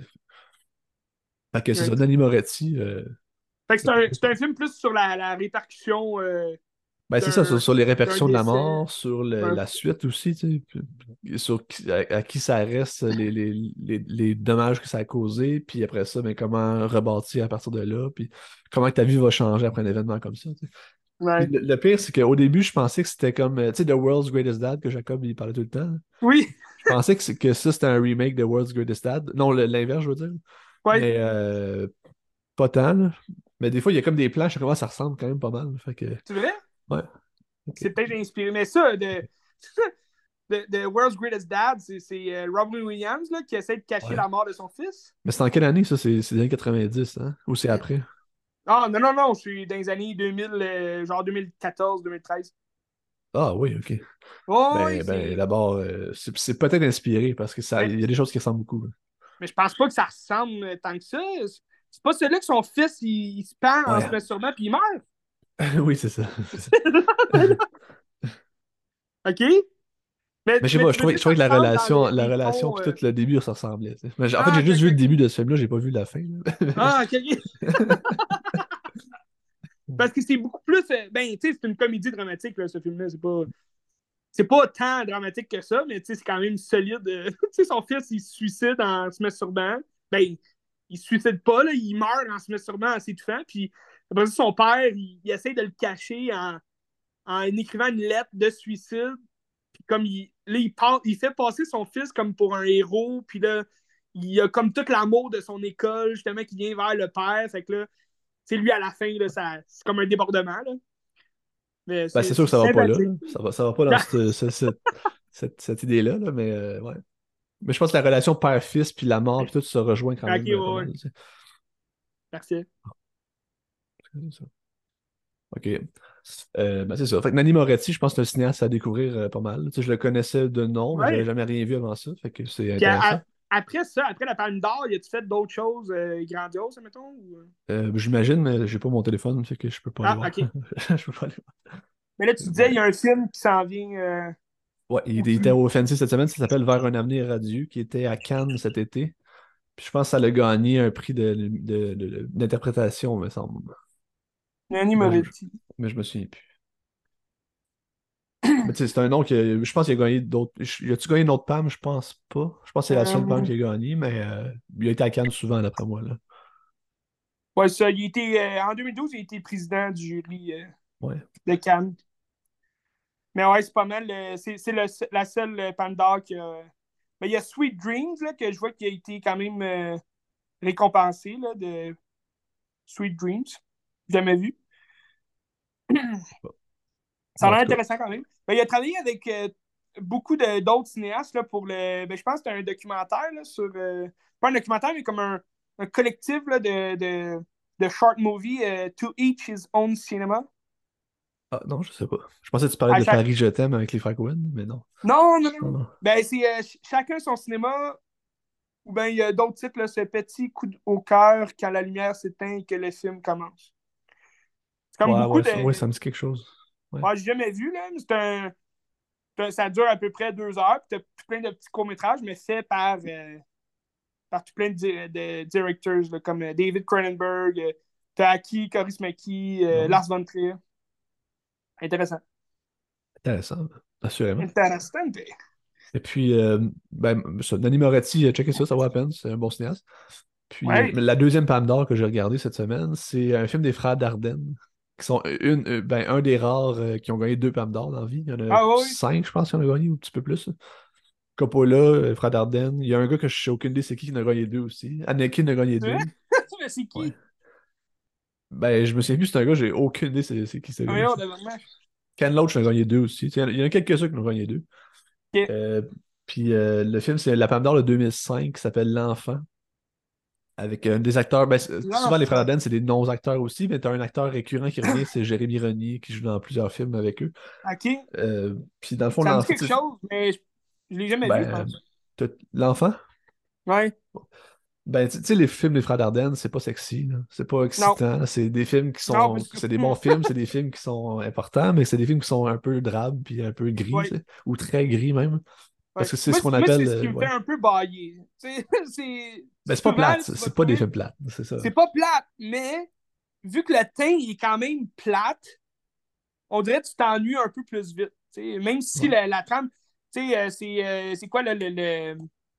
Fait que c'est Ouais. ça, Nanni Moretti. euh, Fait que c'est un, c'est un film plus sur la, la répercussion euh, Ben, c'est ça, sur, d'un sur les d'un répercussions de la décès. mort, sur le- Ouais. la suite aussi, tu sais, puis- puis sur qui- à, à qui ça reste, les, les, les, les dommages que ça a causé, puis après ça, ben, comment rebâtir à partir de là, puis comment que ta vie va changer après un événement comme ça. Tu sais. Puis Ouais. le, le pire, c'est qu'au début, je pensais que c'était comme, euh, tu sais, The World's Greatest Dad, que Jacob, il parlait tout le temps. Là. Oui. Je pensais que, c'est- que ça, c'était un remake de World's Greatest Dad. Non, le- l'inverse, je veux dire. Ouais. Mais euh, pas tant, là. Mais des fois, il y a comme des plans, je sais comment ça ressemble quand même pas mal. Fait que, C'est vrai? ouais. Ok. C'est peut-être inspiré. Mais ça, de, The, the World's Greatest Dad, c'est, c'est euh, Robin Williams là, qui essaie de cacher Ouais. la mort de son fils. Mais c'est en quelle année, ça? C'est c'est les années quatre-vingt-dix, hein? Ou c'est après? Ah, non, non, non, je suis dans les années deux mille, euh, genre deux mille quatorze, deux mille treize. Ah oui, ok. Oh, oui, Ben, ben c'est. d'abord, euh, c'est c'est peut-être inspiré parce que ça, Mais, il y a des choses qui ressemblent beaucoup. mais je pense pas que ça ressemble tant que ça. C'est pas celui que son fils, il, il se pend en se Ouais. masturbant puis il meurt. Oui, c'est ça. OK? Mais, Mais je sais mais pas, tu je veux trouvais, dire je ça trouvais que la ressemble dans relation, le- la les relation tons. puis euh, tout le début, ça ressemblait. Tu sais. Mais j'- en fait, Ah, j'ai OK, juste vu OK, le OK. début de ce film-là, j'ai pas vu la fin. Là. Ah, OK, OK. Parce que c'est beaucoup plus. euh, Ben, tu sais, c'est une comédie dramatique, là, ce film-là. C'est pas. C'est pas tant dramatique que ça, mais tu sais, c'est quand même solide. euh. Tu sais, son fils, il se suicide en se masturbant. Ben, il se suicide pas, là, il meurt en se masturbant en s'étouffant. Puis après ça, son père, il, il essaie de le cacher en, en écrivant une lettre de suicide. Puis comme il, là, il, part- il fait passer son fils comme pour un héros. Puis là, il a comme tout l'amour de son école, justement, qui vient vers le père. Fait que là, c'est lui à la fin, là, ça, c'est comme un débordement. Là. Mais Ben, c'est c'est sûr c'est que ça va pas là. sympathique. Là. Ça va, ça va pas dans cette, cette, cette, cette- cette idée-là, là, mais euh, ouais. Mais je pense que la relation père-fils, puis la mort, puis tout se rejoint quand Ok, même ouais, euh, pas ouais. mal. Tu sais. Merci. C'est ça. OK. Euh, ben, c'est ça. Fait que Nanni Moretti, je pense que c'est un cinéaste à découvrir euh, pas mal. Tu sais, je le connaissais de nom, mais j'avais Ouais. jamais rien vu avant ça. Fait que c'est Puis à- intéressant. à- après ça, après la Palme d'Or, y a-tu fait d'autres choses euh, grandioses, mettons? Ou... euh? Euh, j'imagine, mais j'ai pas mon téléphone, fait que je peux pas aller Ah, voir. ok. Je peux pas aller Mais là, tu disais, il voir. y a un film qui s'en vient euh, Ouais, il, il était aussi. au Fancy cette semaine, ça s'appelle Vers un avenir radieux, qui était à Cannes cet été. Puis je pense que ça a gagné un prix de, de- de- d'interprétation, me semble. Nanny Mais je, Moretti. mais je me souviens plus. Mais tu sais, c'est un nom que je pense qu'il a gagné d'autres. Y a-tu gagné une autre P A M? Je pense pas. Je pense que c'est la seule P A M Euh, qu'il a gagné, mais euh, il a été à Cannes souvent, d'après moi. Là. ouais, ça, il était, euh, en deux mille douze, il a été président du jury euh, Ouais. de Cannes. Mais ouais, c'est pas mal. euh, c'est c'est le- la seule euh, Palme d'Or qui a. Mais il y a Sweet Dreams, là, que je vois qui a été quand même euh, récompensé, là, de Sweet Dreams. Jamais vu. Ça a Bon, en l'air tout cas. intéressant quand même. Ben, il a travaillé avec euh, beaucoup de- d'autres cinéastes là, pour le. Ben, je pense que c'était un documentaire là, sur. euh, pas un documentaire, mais comme un, un collectif là, de, de, de short movies, euh, To Each His Own Cinema. Ah non, je sais pas. Je pensais que tu parlais À de chaque... Paris, je t'aime avec les frères Coen, mais non. Non, non, Non, non. non. Ben, c'est euh, ch- chacun son cinéma, ou bien il y a d'autres titres, là, ce petit coup de- au cœur quand la lumière s'éteint et que le film commence. C'est comme Ouais, beaucoup ouais, de. ça, ouais, ça me dit quelque chose. Ouais. Ouais, j'ai jamais vu, là, mais c'est un. c'est un- Ça dure à peu près deux heures, puis t'as plein de petits courts-métrages, mais faits par. euh, par tout plein de, di- de directors là, comme euh, David Cronenberg, euh, Taki, Kaurismäki, euh, Ouais. Lars von Trier. Intéressant. Intéressant, assurément. Interessante. Et puis, euh, ben, ça, Nanni Moretti, euh, checkez ça, ça vaut la peine, c'est un bon cinéaste. Puis, euh, Ouais. la deuxième Palme d'Or que j'ai regardé cette semaine, c'est un film des frères Dardenne, qui sont une, euh, ben, un des rares euh, qui ont gagné deux Palmes d'Or dans la vie. Il y en a Ah oui. cinq, je pense, qui en ont gagné, ou un petit peu plus. Coppola, euh, frère Dardenne. Il y a un gars que je sais aucune idée c'est qui qui en a gagné deux aussi. Anakin en a gagné Oui. deux. Mais c'est Ouais. qui? Ben, je me souviens plus, c'est un gars, j'ai aucune idée c'est c'est qui ce Ah, gars-là. voyons, vraiment. Ken Loach en a gagné deux aussi. Tu sais, Il y en a il y en a quelques-uns qui en ont gagné deux. Ok. Euh, puis euh, le film, c'est La Palme d'Or de deux mille cinq, qui s'appelle L'Enfant. Avec euh, des acteurs, ben, c'est- souvent les frères L'enfant. Dardenne, c'est des non-acteurs aussi, mais t'as un acteur récurrent qui revient, c'est Jérémy Renier, qui joue dans plusieurs films avec eux. OK. Euh, puis dans le fond, Ça me dit l'enfant, quelque tu sais, chose, mais je, je l'ai jamais vu, je ben, pense. t'as- l'enfant, Ouais. ben, tu tu sais, les films des frères Dardenne, c'est pas sexy, là. C'est pas Non. excitant. C'est des films qui Non, sont, parce que. c'est des bons films, c'est des films qui sont importants, mais c'est des films qui sont un peu drabes, puis un peu gris, tu Ouais. sais, ou très gris même. Parce Ouais. que c'est Moi, ce qu'on c'est- moi c'est appelle, ce qui euh, me fait ouais. un peu bailler. C'est c'est- Ben, c'est pas souvent, plate, là, c'est tu vas c'est pas des trouver. films plates, c'est ça. C'est pas plate, mais vu que le teint il est quand même plate, on dirait que tu t'ennuies un peu plus vite. T'sais, même si Ouais. la, la trame, tu sais, euh, c'est euh, c'est quoi le, le- le-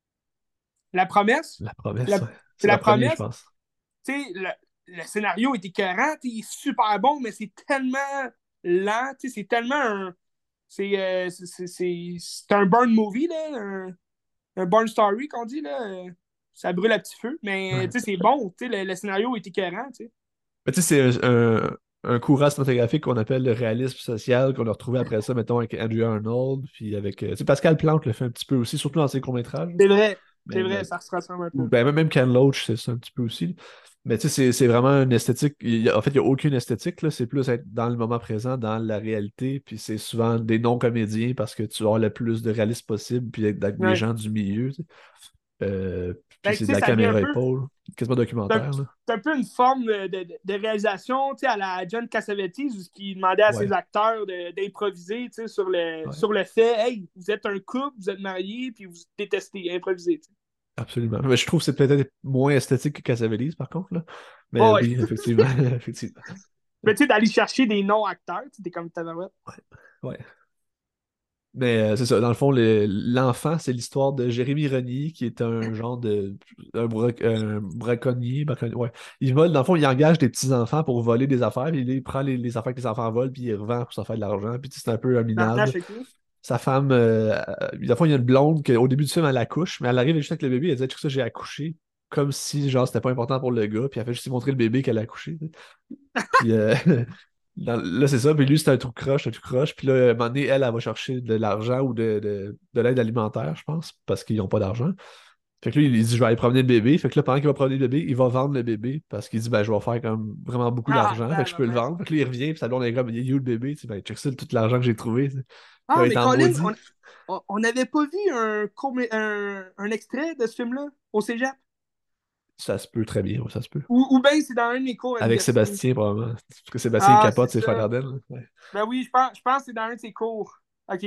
la promesse? La C'est promesse, la, ouais. c'est C'est la leur premier, je promesse. pense. Tu sais, le, le scénario est écœurant, t'sais, il est super bon, mais c'est tellement lent, t'sais, c'est tellement un. C'est euh, c'est- c'est- c'est- c'est un burn movie, là, un, un burn story qu'on dit. Là. euh, Ça brûle à petit feu, mais Ouais. tu sais, c'est bon. Tu sais, le, le scénario est écœurant. Tu sais. Mais tu sais, c'est un, un courant cinématographique qu'on appelle le réalisme social, qu'on a retrouvé après ça, mettons, avec Andrew Arnold, puis avec. Euh, tu sais, Pascal Plante le fait un petit peu aussi, surtout dans ses courts-métrages. C'est vrai. C'est Mais, vrai, mais ça se ressemble un ou peu. ben, même Ken Loach, c'est ça un petit peu aussi. Mais tu sais, c'est c'est vraiment une esthétique. il y a- en fait, il n'y a aucune esthétique, là. C'est plus être dans le moment présent, dans la réalité. Puis c'est souvent des non-comédiens parce que tu vas avoir le plus de réalisme possible, puis avec avec des Ouais. gens du milieu. Tu sais. Euh, puis Ben, tu c'est de sais, la ça vient un caméra peu. épaule, quasiment C'est un, documentaire, là. c'est un peu une forme de, de- de réalisation, tu sais, à la John Cassavetes, où il demandait à ses Ouais, acteurs de- d'improviser, tu sais, sur le, ouais, sur le fait, hey, vous êtes un couple, vous êtes mariés, puis vous détestez, improviser, tu sais. absolument. Mais je trouve que c'est peut-être moins esthétique que Cassavetes, par contre, là. Mais Bon, ouais. oui, effectivement, effectivement. Mais tu sais, d'aller chercher des non-acteurs, tu sais, t'es comme tabarouette. Ouais, ouais. Mais euh, c'est ça, dans le fond, le- l'enfant, c'est l'histoire de Jérémy Renier, qui est un genre de un, bra- un braconnier, braconnier, ouais. Il vole, dans le fond, il engage des petits-enfants pour voler des affaires, puis il prend les, les affaires que les enfants volent, puis il revend pour s'en faire de l'argent, puis tu sais, c'est un peu un L'arnache, minable. c'est cool. Sa femme, euh, euh, dans le fond, il y a une blonde qu'au début du film, elle accouche, mais elle arrive juste avec le bébé, elle dit, tout ça, j'ai accouché, comme si, genre, c'était pas important pour le gars, puis elle fait juste lui montrer le bébé qu'elle a accouché. Puis euh, dans- là, c'est ça. Puis lui, c'est un tout croche, un tout croche. Puis là, à un moment donné, elle, elle va chercher de l'argent ou de, de, de l'aide alimentaire, je pense, parce qu'ils n'ont pas d'argent. Fait que lui, il dit, je vais aller promener le bébé. Fait que là, pendant qu'il va promener le bébé, il va vendre le bébé parce qu'il dit, ben, je vais faire comme vraiment beaucoup Ah, d'argent. Fait que je peux le tabarouette. vendre. Fait que là, il revient, puis sa blonde est comme, il est où le bébé? Tu sais, ben, check ça, tout l'argent que j'ai trouvé. Tu sais. Là, Ah, il mais est en Colin, maudit. on on on n'avait pas vu un, court- un, un extrait de ce film-là au cégep? Ça se peut très bien, ouais, ça se peut. Ou, ou bien c'est dans un de mes cours à Avec l'université. Sébastien, probablement. Parce que Sébastien, il Ah, c'est capote, c'est le frère ça. d'Ardenne. Là. Ouais. Ben oui, je pense, je pense que c'est dans un de ses cours. OK.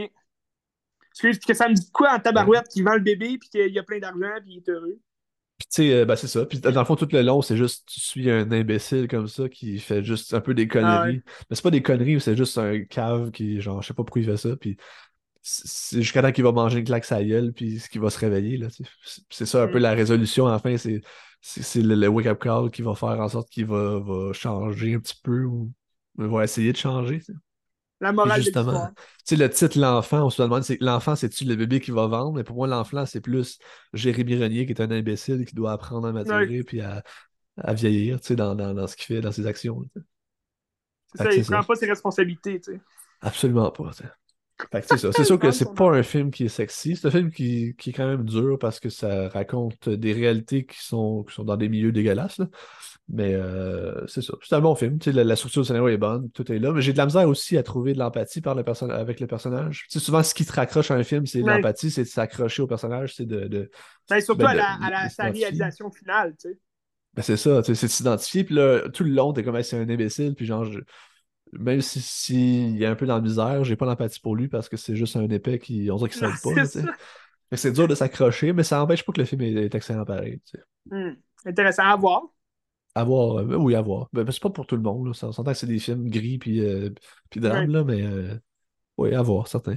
Parce que, que ça me dit quoi en Ouais. tabarouette qu'il vend le bébé puis qu'il y a plein d'argent puis il est heureux. Puis tu sais, euh, ben, c'est ça. Puis dans le fond, tout le long, c'est juste, tu suis un imbécile comme ça qui fait juste un peu des Ah ouais. conneries. Mais c'est pas des conneries, c'est juste un cave qui, genre, je sais pas pourquoi il fait ça. Puis c'est c'est jusqu'à temps qu'il va manger une claque sa gueule, puis ce qu'il va se réveiller, là. Tu sais. C'est c'est ça un peu Hmm. la résolution, enfin, c'est c'est c'est le, le wake-up call qui va faire en sorte qu'il va, va changer un petit peu ou va essayer de changer. Tu sais. La Puis morale de justement, l'histoire. tu sais, le titre L'enfant, on se demande, c'est l'enfant, c'est-tu le bébé qui va vendre? Mais pour moi, l'enfant, c'est plus Jérémy Renier qui est un imbécile qui doit apprendre à Ouais. maturer puis à, à vieillir, tu sais, dans, dans, dans ce qu'il fait, dans ses actions. Tu sais. C'est Fait ça, que c'est il ça. prend pas ses responsabilités, tu sais. Absolument pas. Tu sais. Fait que c'est ça. C'est Il sûr que vend c'est son pas un enfant. film qui est sexy. C'est un film qui, qui est quand même dur parce que ça raconte des réalités qui sont, qui sont dans des milieux dégueulasses. Là. Mais euh, c'est ça. C'est un bon film. Tu sais, la, la structure du scénario est bonne, tout est là. Mais j'ai de la misère aussi à trouver de l'empathie par le perso- avec le personnage. Tu sais, souvent, ce qui te raccroche à un film, c'est Ouais. l'empathie, c'est de s'accrocher au personnage, c'est de, de, Ben, surtout ben, à, de, la, à de la, sa s'identifier. réalisation finale, tu sais. Ben, c'est ça, tu sais, c'est de s'identifier. Puis là, tout le long, t'es comme, Hey, c'est un imbécile. Puis genre, je- même si, si il est un peu dans la misère, j'ai pas l'empathie pour lui parce que c'est juste un épais qui, on dirait qu'il Non, s'aide pas, c'est là, tu sais. ça. Fait que c'est dur de s'accrocher, mais ça n'empêche pas que le film est, est excellent pareil. Tu sais. Hmm. Intéressant à voir. À voir, euh, ben oui, à voir. Ben, ben, c'est pas pour tout le monde, là. Ça- On s'entend que c'est des films gris puis, euh, puis drame, Ouais. là, mais euh, oui, à voir, certain.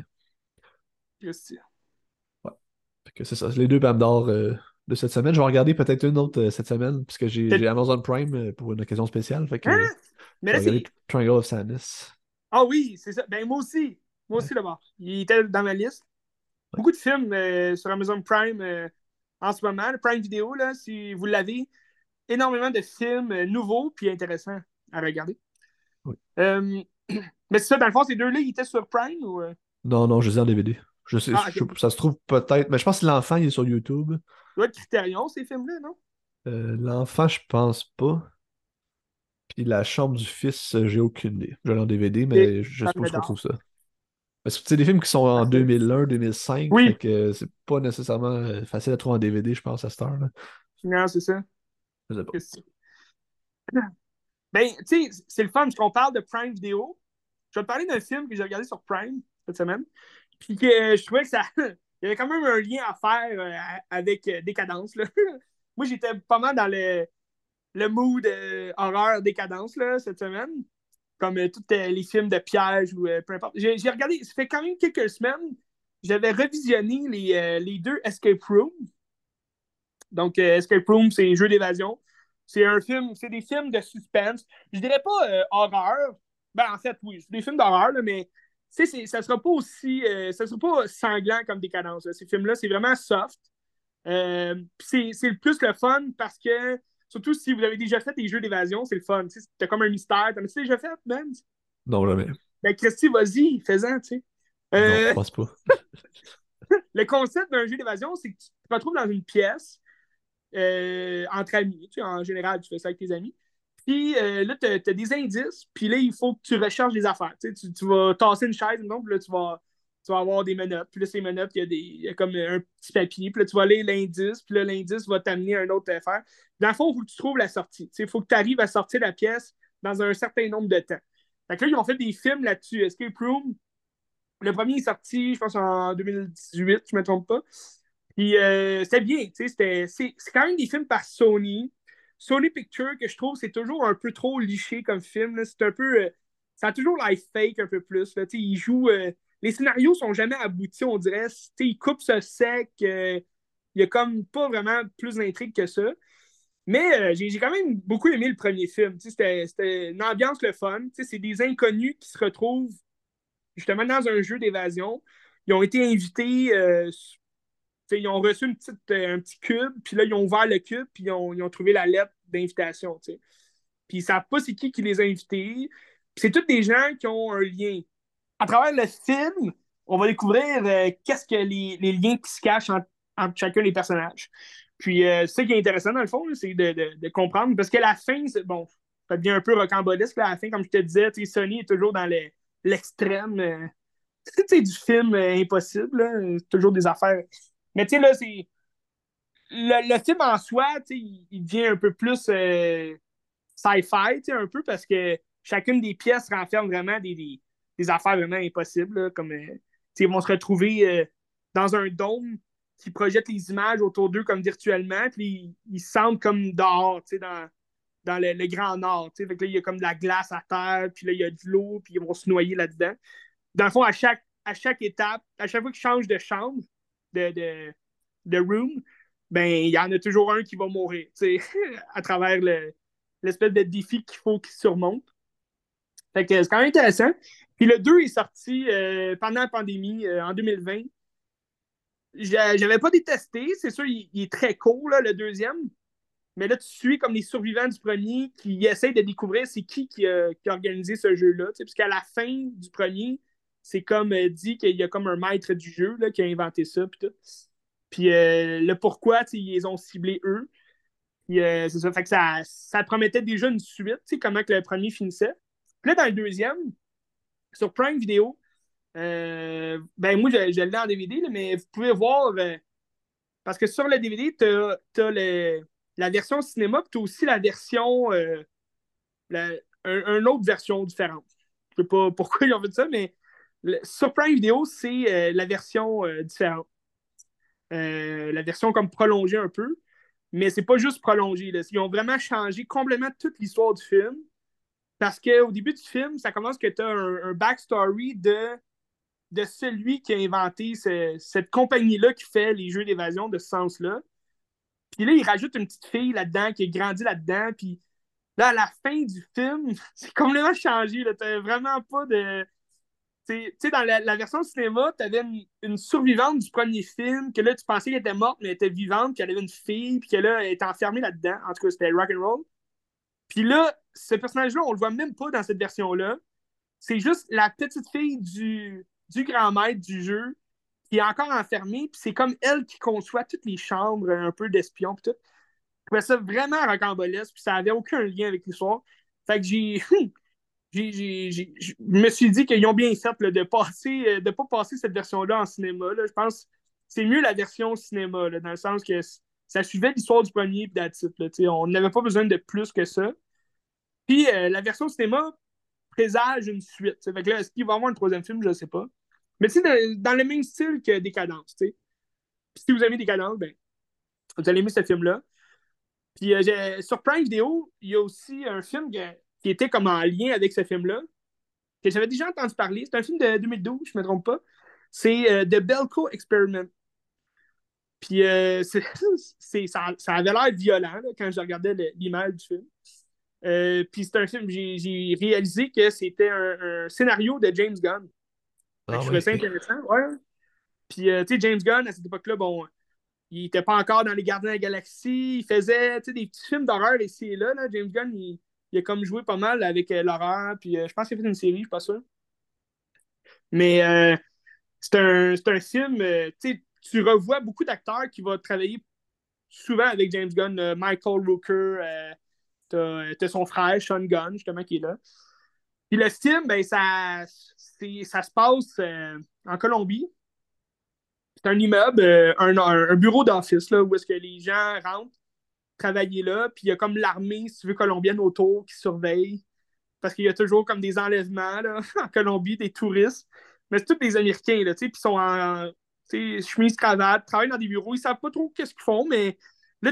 Christy. Ouais. Fait que c'est ça, c'est les deux Palmes d'or euh, de cette semaine. Je vais regarder peut-être une autre euh, cette semaine, puisque j'ai j'ai Peut-être- Amazon Prime euh, pour une occasion spéciale. Fait Hein? que Mais je vais là, regarder c'est. Triangle of Sadness. Ah oui, c'est ça. Ben, moi aussi. Moi Ouais. aussi, d'abord. Il était dans ma liste. Ouais. Beaucoup de films euh, sur Amazon Prime euh, en ce moment. Le Prime Vidéo, là, si vous l'avez. Énormément de films euh, nouveaux puis intéressants à regarder. Ouais. Euh, mais c'est ça, dans le fond, ces deux-là, ils étaient sur Prime ou. euh? Non, non, je les ai en D V D. Je sais, Ah, je- ok. ça se trouve peut-être, mais je pense que l'enfant, il est sur YouTube. Ça doit être Criterion, ces films-là, non? Euh, l'enfant, je pense pas. Puis la chambre du fils, euh, j'ai aucune idée. Je l'ai en D V D, Et mais je sais pas où Palme je retrouve d'Or. ça. Parce que c'est des films qui sont en Parfait. deux mille un, deux mille cinq, fait Oui, que euh, c'est pas nécessairement euh, facile à trouver en D V D, je pense, à cette heure-là. non, c'est ça. Je sais pas. Qu'est-ce que c'est? Ben, tu sais, c'est le fun, parce qu'on parle de Prime Vidéo. Je vais te parler d'un film que j'ai regardé sur Prime cette semaine. Puis que euh, je trouvais que ça. Il y avait quand même un lien à faire euh, avec euh, Décadence. Là. Moi, j'étais pas mal dans le, le mood euh, horreur Décadence là, cette semaine. Comme euh, tous euh, les films de piège ou euh, peu importe. J'ai, j'ai regardé, ça fait quand même quelques semaines, j'avais revisionné les, euh, les deux Escape Rooms. Donc, euh, Escape Room, c'est jeu d'évasion. C'est un film, c'est des films de suspense. Je dirais pas euh, horreur. Ben, en fait, oui, c'est des films d'horreur, là, mais tu sais, ça sera pas aussi. Euh, ça sera pas sanglant comme Décadence. Là. Ces films-là, c'est vraiment soft. Euh, c'est, c'est le plus le fun parce que Surtout si vous avez déjà fait des jeux d'évasion, c'est le fun. Tu sais, t'as comme un mystère. T'en as-tu déjà fait, man? Non, jamais. Ben, Christy, vas-y, fais-en, tu sais. Non, je Euh, pense pas. le concept d'un jeu d'évasion, c'est que tu te retrouves dans une pièce euh, entre amis. Tu sais, en général, tu fais ça avec tes amis. Puis euh, là, tu as des indices, puis là, il faut que tu recherches des affaires. Tu, sais, tu, tu vas tasser une chaise, donc, puis là, tu vas, tu vas avoir des menottes. Puis là, ces menottes, il y a, des, il y a comme un petit papier. Puis là, tu vas lire l'indice, puis là, l'indice va t'amener à un autre affaire. Dans le fond, il faut que tu trouves la sortie. Il faut que tu arrives à sortir la pièce dans un certain nombre de temps. Fait que là, ils ont fait des films là-dessus. Escape Room, le premier est sorti, je pense, en deux mille dix-huit, je ne me trompe pas. Puis euh, c'était bien, tu sais, c'est quand même des films par Sony. Sony Pictures, que je trouve, c'est toujours un peu trop liché comme film. C'est un peu. Euh, ça a toujours l'air fake un peu plus. Là, ils jouent. Euh, les scénarios sont jamais aboutis, on dirait. T'sais, ils coupent ça sec. Euh, il y a comme pas vraiment plus d'intrigue que ça. Mais euh, j'ai quand même beaucoup aimé le premier film. C'était une ambiance le fun. C'est des inconnus qui se retrouvent justement dans un jeu d'évasion. Ils ont été invités. Euh, ils ont reçu une petite, euh, un petit cube, puis là, ils ont ouvert le cube, puis ils ont, ils ont trouvé la lettre d'invitation. Puis ils ne savent pas c'est qui qui les a invités. Puis c'est tous des gens qui ont un lien. À travers le film, on va découvrir euh, qu'est-ce que les, les liens qui se cachent entre, entre chacun des personnages. Puis euh, ce qui est intéressant, dans le fond, c'est de, de, de, comprendre, parce que la fin, bon, ça devient un peu rocambolesque. Là, à la fin, comme je te disais, Sony est toujours dans l'extrême euh, du film euh, impossible. Là, toujours des affaires. Mais tu sais, là, c'est. Le, le, film en soi, il, il devient un peu plus euh, sci-fi, un peu, parce que chacune des pièces renferme vraiment des, des, des affaires vraiment impossibles. Là, comme euh, ils vont se retrouver euh, dans un dôme qui projette les images autour d'eux comme virtuellement, puis ils, ils se sentent comme dehors, dans, dans le, le Grand Nord. Fait que là, il y a comme de la glace à terre, puis là, il y a de l'eau, puis ils vont se noyer là-dedans. Dans le fond, à chaque, à chaque étape, à chaque fois qu'ils changent de chambre, de, de, de room, ben, il y en a toujours un qui va mourir, à travers le, l'espèce de défi qu'il faut qu'il surmonte. Fait que c'est quand même intéressant. Puis le deux est sorti euh, pendant la pandémie, euh, en deux mille vingt. J'avais pas détesté, c'est sûr, il, il est très court, là, le deuxième. Mais là, tu suis comme les survivants du premier qui essayent de découvrir c'est qui qui a, qui a organisé ce jeu-là. Puisqu'à la fin du premier, c'est comme euh, dit qu'il y a comme un maître du jeu là, qui a inventé ça. Puis, tout. Puis euh, le pourquoi, ils les ont ciblés eux. Puis euh, c'est ça. Fait que ça, ça promettait déjà une suite, comment que le premier finissait. Puis là, dans le deuxième, sur Prime Video, euh, ben moi, je, je l'ai en D V D, là, mais vous pouvez voir, euh, parce que sur le D V D, tu as le la version cinéma, puis tu as aussi la version, euh, la, un, une autre version différente. Je ne sais pas pourquoi ils ont fait ça, mais le, sur Prime Video, c'est euh, la version euh, différente. Euh, la version comme prolongée un peu, mais c'est pas juste prolongé. Là. Ils ont vraiment changé complètement toute l'histoire du film, parce qu'au début du film, ça commence que tu as un, un backstory de, de celui qui a inventé ce, cette compagnie-là qui fait les jeux d'évasion de ce sens-là. Puis là, il rajoute une petite fille là-dedans qui a grandi là-dedans. Puis là, à la fin du film, c'est complètement changé. T'avais vraiment pas de. Tu sais, dans la, la version cinéma, t'avais une, une survivante du premier film, que là, tu pensais qu'elle était morte, mais elle était vivante, qu'elle avait une fille, puis que là, elle était enfermée là-dedans. En tout cas, c'était rock'n'roll. Puis là, ce personnage-là, on le voit même pas dans cette version-là. C'est juste la petite fille du, du grand maître du jeu qui est encore enfermée, puis c'est comme elle qui conçoit toutes les chambres, un peu d'espion, puis tout. Je trouvais ça vraiment rocambolesque, puis ça avait aucun lien avec l'histoire. Fait que j'ai. j'ai, j'ai, j'ai- je me suis dit qu'ils ont bien fait là, de passer, euh, de pas passer cette version-là en cinéma. Là. Je pense que c'est mieux la version cinéma, là, dans le sens que ça suivait l'histoire du premier, puis that's it, là, tu sais, on n'avait pas besoin de plus que ça. Puis euh, la version cinéma présage une suite. Fait que là, est-ce qu'il va y avoir un troisième film? Je ne sais pas. Mais c'est dans, dans le même style que Décadence. Tu sais. Puis si vous aimez Décadence, ben, vous allez aimer ce film-là. Puis euh, j'ai- sur Prime Video, il y a aussi un film que- qui était comme en lien avec ce film-là, que j'avais déjà entendu parler. C'est un film de deux mille douze, je ne me trompe pas. C'est euh, The Belko Experiment. Puis euh, c'est, c'est- ça, ça avait l'air violent là, quand je regardais le- l'image du film. Euh, puis c'est un film, j'ai j'ai réalisé que c'était un, un scénario de James Gunn. Fait que Ah je trouvais ouais. ça intéressant. Ouais. Puis, euh, tu sais, James Gunn, à cette époque-là, bon, il était pas encore dans les Gardiens de la Galaxie. Il faisait des petits films d'horreur ici et là. là. James Gunn, il, il, a comme joué pas mal avec euh, l'horreur. Puis euh, je pense qu'il a fait une série, je suis pas sûr. Mais euh, c'est un, c'est un film, euh, tu revois beaucoup d'acteurs qui vont travailler souvent avec James Gunn. Euh, Michael Rooker, euh, t'as, t'as son frère, Sean Gunn, justement, qui est là. Puis le film, ben, ça, ça se passe euh, en Colombie. C'est un immeuble, euh, un, un, un bureau d'office, là, où est-ce que les gens rentrent travailler là, puis il y a comme l'armée, si tu veux, colombienne autour qui surveille, parce qu'il y a toujours comme des enlèvements là, en Colombie, des touristes. Mais c'est tous des Américains, là, tu sais, puis ils sont en chemise, cravate, travaillent dans des bureaux, ils savent pas trop qu'est-ce qu'ils font, mais là,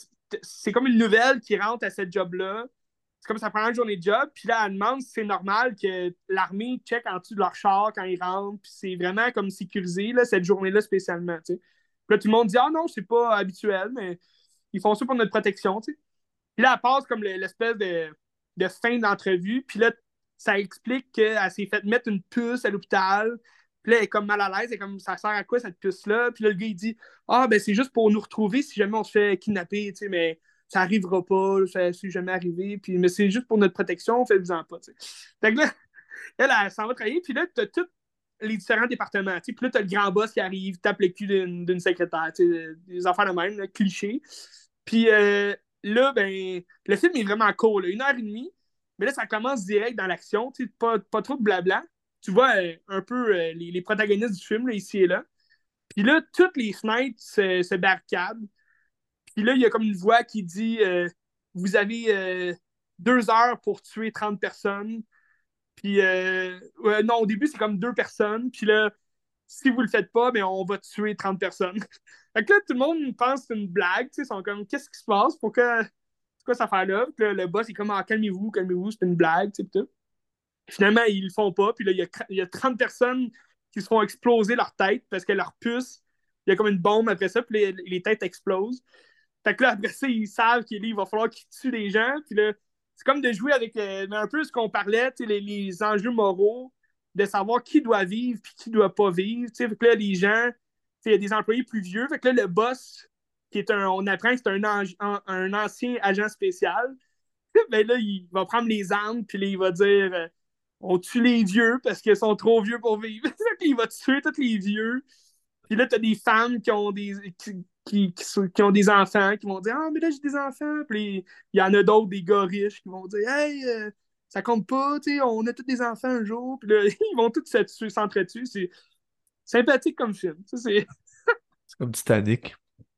c'est comme une nouvelle qui rentre à cette job-là. C'est comme ça prend une journée de job, puis là, elle demande si c'est normal que l'armée check en dessous de leur char quand ils rentrent, puis c'est vraiment comme sécurisé, là, cette journée-là spécialement, tu sais. Puis là, tout le monde dit « Ah non, c'est pas habituel, mais ils font ça pour notre protection, tu sais. » Puis là, elle passe comme l'espèce de, de fin d'entrevue. Puis là, ça explique qu'elle s'est fait mettre une puce à l'hôpital. Puis là, elle est comme mal à l'aise. Elle est comme, ça sert à quoi cette puce-là? Puis là, le gars, il dit, ah, ben c'est juste pour nous retrouver si jamais on se fait kidnapper, tu sais, mais ça arrivera pas, ça c'est jamais arrivé. Puis, mais c'est juste pour notre protection, faites-vous-en pas, tu sais. Fait que là, elle, elle, elle s'en va travailler. Puis là, t'as tous les différents départements. Tu sais. Puis là, t'as le grand boss qui arrive, tape le cul d'une secrétaire, tu sais, des affaires de même, là, clichés. Puis euh, là, ben, le film est vraiment court, là, une heure et demie, mais là, ça commence direct dans l'action, pas, pas trop de blabla. Tu vois euh, un peu euh, les, les, protagonistes du film, là, ici et là. Puis là, toutes les fenêtres se, se barricadent. Puis là, il y a comme une voix qui dit euh, vous avez euh, deux heures pour tuer trente personnes. Puis euh, ouais, non, au début, c'est comme deux personnes. Puis là, si vous le faites pas, ben, on va tuer trente personnes. Fait que là, tout le monde pense que c'est une blague. Ils sont comme, qu'est-ce qui se passe? Pourquoi? C'est quoi cette affaire-là? Puis là, le boss est comme, ah, calmez-vous, calmez-vous, c'est une blague. Puis tout. Finalement, ils le font pas. Puis là, il y a, il y a trente personnes qui se font exploser leur tête parce que leur puce, il y a comme une bombe après ça. Puis les, les têtes explosent. Fait que là, après ça, ils savent qu'il va falloir qu'ils tuent des gens. Puis là, c'est comme de jouer avec euh, un peu ce qu'on parlait, les, les enjeux moraux, de savoir qui doit vivre puis qui doit pas vivre. Fait que là, les gens, il y a des employés plus vieux. Fait que là, le boss, qui est un, on apprend que c'est un, un, un ancien agent spécial, ben là, il va prendre les armes, puis là, il va dire euh, on tue les vieux parce qu'ils sont trop vieux pour vivre. Il va tuer tous les vieux. Puis là, t'as des femmes qui ont des, qui, qui, qui, qui ont des enfants, qui vont dire ah, mais là, j'ai des enfants. Puis il y en a d'autres, des gars riches, qui vont dire hey, euh, ça compte pas, tu sais, on a tous des enfants un jour. Puis là, ils vont tous s'entretuer. C'est sympathique comme film. C'est comme Titanic.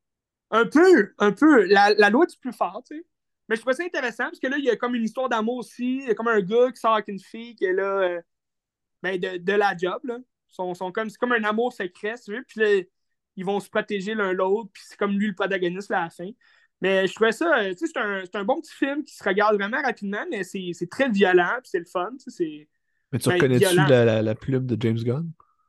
Un peu, un peu. La, la loi du plus fort, tu sais. Mais je trouve ça intéressant parce que là, il y a comme une histoire d'amour aussi. Il y a comme un gars qui sort avec une fille qui est là, euh, ben de, de la job, là. Sont, sont comme, c'est comme un amour secret, si tu veux. Puis là, ils vont se protéger l'un l'autre. Puis c'est comme lui le protagoniste là, à la fin. Mais je trouvais ça, euh, tu sais, c'est un, c'est un bon petit film qui se regarde vraiment rapidement, mais c'est, c'est très violent, puis c'est le fun, tu sais, c'est Mais tu ben, reconnais-tu violent. la, la, la plume de James Gunn?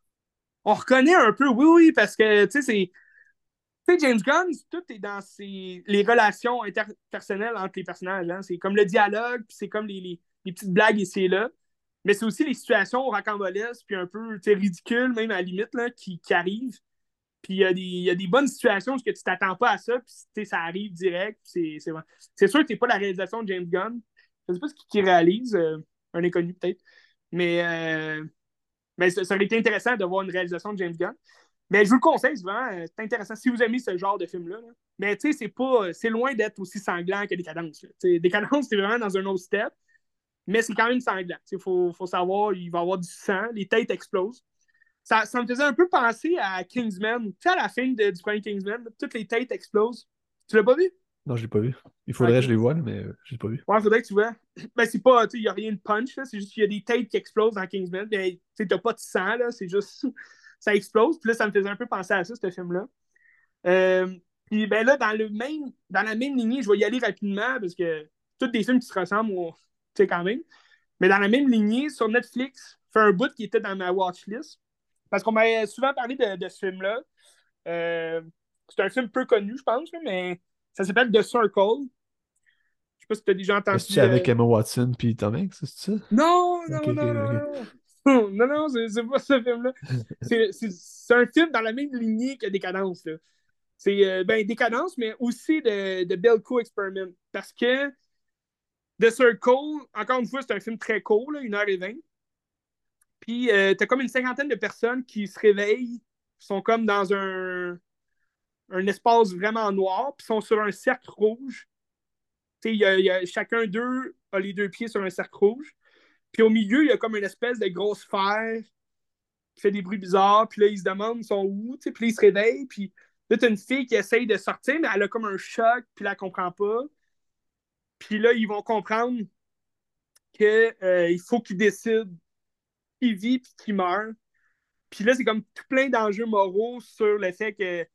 On reconnaît un peu, oui, oui, parce que, tu sais, c'est tu sais, James Gunn, tout est dans ses, les relations interpersonnelles entre les personnages. Hein. C'est comme le dialogue, puis c'est comme les, les, les petites blagues ici et là. Mais c'est aussi les situations rocambolesques, puis un peu ridicules, même à la limite, là, qui, qui arrivent. Puis il y, a des, y a des bonnes situations où tu t'attends pas à ça, puis ça arrive direct. C'est, c'est, c'est sûr que c'est pas la réalisation de James Gunn. Je sais pas ce qu'il réalise, euh, un inconnu peut-être. Mais, euh, mais ça, ça aurait été intéressant de voir une réalisation de James Gunn. Mais je vous le conseille, c'est vraiment euh, c'est intéressant si vous aimez ce genre de film-là. Là. Mais tu sais, c'est pas. C'est loin d'être aussi sanglant que Décadence. Décadence, c'est vraiment dans un autre step, mais c'est quand même sanglant. Il faut, faut savoir, il va y avoir du sang, les têtes explosent. Ça, ça me faisait un peu penser à Kingsman. Tu sais, à la fin de, du premier Kingsman, là, toutes les têtes explosent. Tu l'as pas vu? Non, je l'ai pas vu. Il faudrait que je Ok. les voie, mais euh, je l'ai pas vu. Ouais, faudrait que tu vois. Ben, c'est pas, tu sais, il n'y a rien de punch, là, c'est juste qu'il y a des têtes qui explosent dans Kingsman. Ben, tu sais, t'as pas de sang, là, c'est juste, ça explose. Puis là, ça me faisait un peu penser à ça, ce film-là. Euh, puis ben là, dans, le même, dans la même lignée, je vais y aller rapidement parce que tous des films qui se ressemblent, tu sais, quand même. Mais dans la même lignée, sur Netflix, fait un bout qui était dans ma watchlist. Parce qu'on m'a souvent parlé de, de ce film-là. Euh, c'est un film peu connu, je pense, mais ça s'appelle The Circle. Je sais pas si tu as déjà Est-ce que entendu. avec Euh... Emma Watson puis Tom Hanks, c'est ça? Non, Ok, non, ok, non, non, ok. non. Non, non, c'est, c'est pas ce film-là. C'est, c'est, c'est un film dans la même lignée que Décadence. Là. C'est euh, ben, Décadence, mais aussi de, de Belko Experiment. Parce que The Circle, encore une fois, c'est un film très court, là, une heure et vingt. Puis euh, t'as comme une cinquantaine de personnes qui se réveillent, sont comme dans un, un espace vraiment noir, puis sont sur un cercle rouge. Tu sais, y a, y a, chacun d'eux a les deux pieds sur un cercle rouge. Puis au milieu, il y a comme une espèce de grosse sphère qui fait des bruits bizarres. Puis là, ils se demandent ils sont où. Puis là, ils se réveillent. Puis là, t'as une fille qui essaye de sortir, mais elle a comme un choc. Puis là, elle comprend pas. Puis là, ils vont comprendre qu'il euh, faut qu'ils décident qui vit puis qui meurt. Puis là, c'est comme tout plein d'enjeux moraux sur le fait que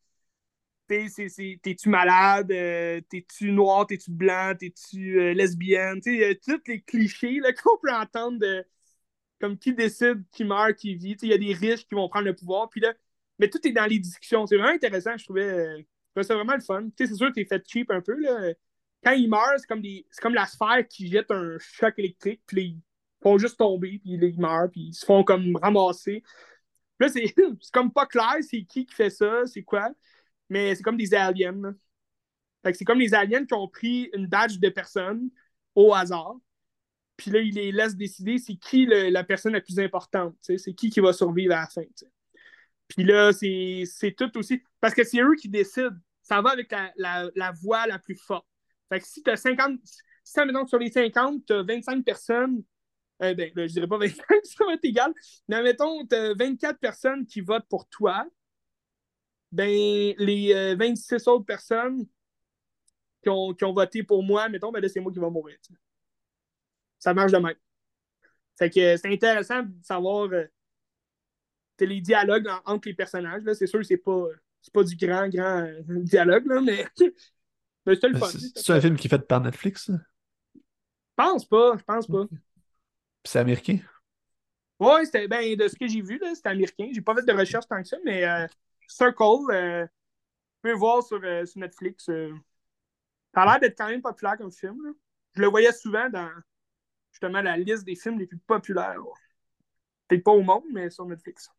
t'es-tu malade, euh, t'es-tu noir, t'es-tu blanc, t'es-tu euh, lesbienne. Euh, tous les clichés là, qu'on peut entendre de comme qui décide, qui meurt, qui vit. Il y a des riches qui vont prendre le pouvoir. Puis là, mais tout est dans les discussions. C'est vraiment intéressant, je trouvais. Euh, je trouvais ça vraiment le fun. C'est sûr que t'es fait cheap un peu. Là. Quand il meurt, c'est comme, des, c'est comme la sphère qui jette un choc électrique. Puis là, ils font juste tomber, puis là, ils meurent, puis ils se font comme ramasser. Puis là, c'est, c'est comme pas clair c'est qui qui fait ça, c'est quoi. Mais c'est comme des aliens. Là. Fait que c'est comme les aliens qui ont pris une batch de personnes au hasard. Puis là, ils les laissent décider c'est qui le, la personne la plus importante. C'est qui qui va survivre à la fin. T'sais. Puis là, c'est, c'est tout aussi. Parce que c'est eux qui décident. Ça va avec la, la, la voix la plus forte. Fait que si tu as cinquante. Si, mettons, sur les cinquante, tu as vingt-cinq personnes. Euh, ben, là, je dirais pas vingt-cinq, ça va être égal. Mais mettons, tu as vingt-quatre personnes qui votent pour toi. Ben, les euh, vingt-six autres personnes qui ont, qui ont voté pour moi, mettons, ben là, c'est moi qui vais mourir. T'sais. Ça marche de même. Fait que c'est intéressant de savoir euh, les dialogues en, entre les personnages. Là. C'est sûr que c'est pas, c'est pas du grand, grand euh, dialogue, là, mais, mais c'était le fun. C'est C'était c'est un le fun. film qui est fait par Netflix, ça? Je pense pas, je pense pas. Ok. Puis c'est américain? Ouais, c'était ben, de ce que j'ai vu, là, c'était américain. J'ai pas fait de recherche tant que ça, mais euh, Circle, euh, tu peux le voir sur, euh, sur Netflix. Euh. Ça a l'air d'être quand même populaire comme film. Là. Je le voyais souvent dans justement la liste des films les plus populaires. Peut-être pas au monde, mais sur Netflix.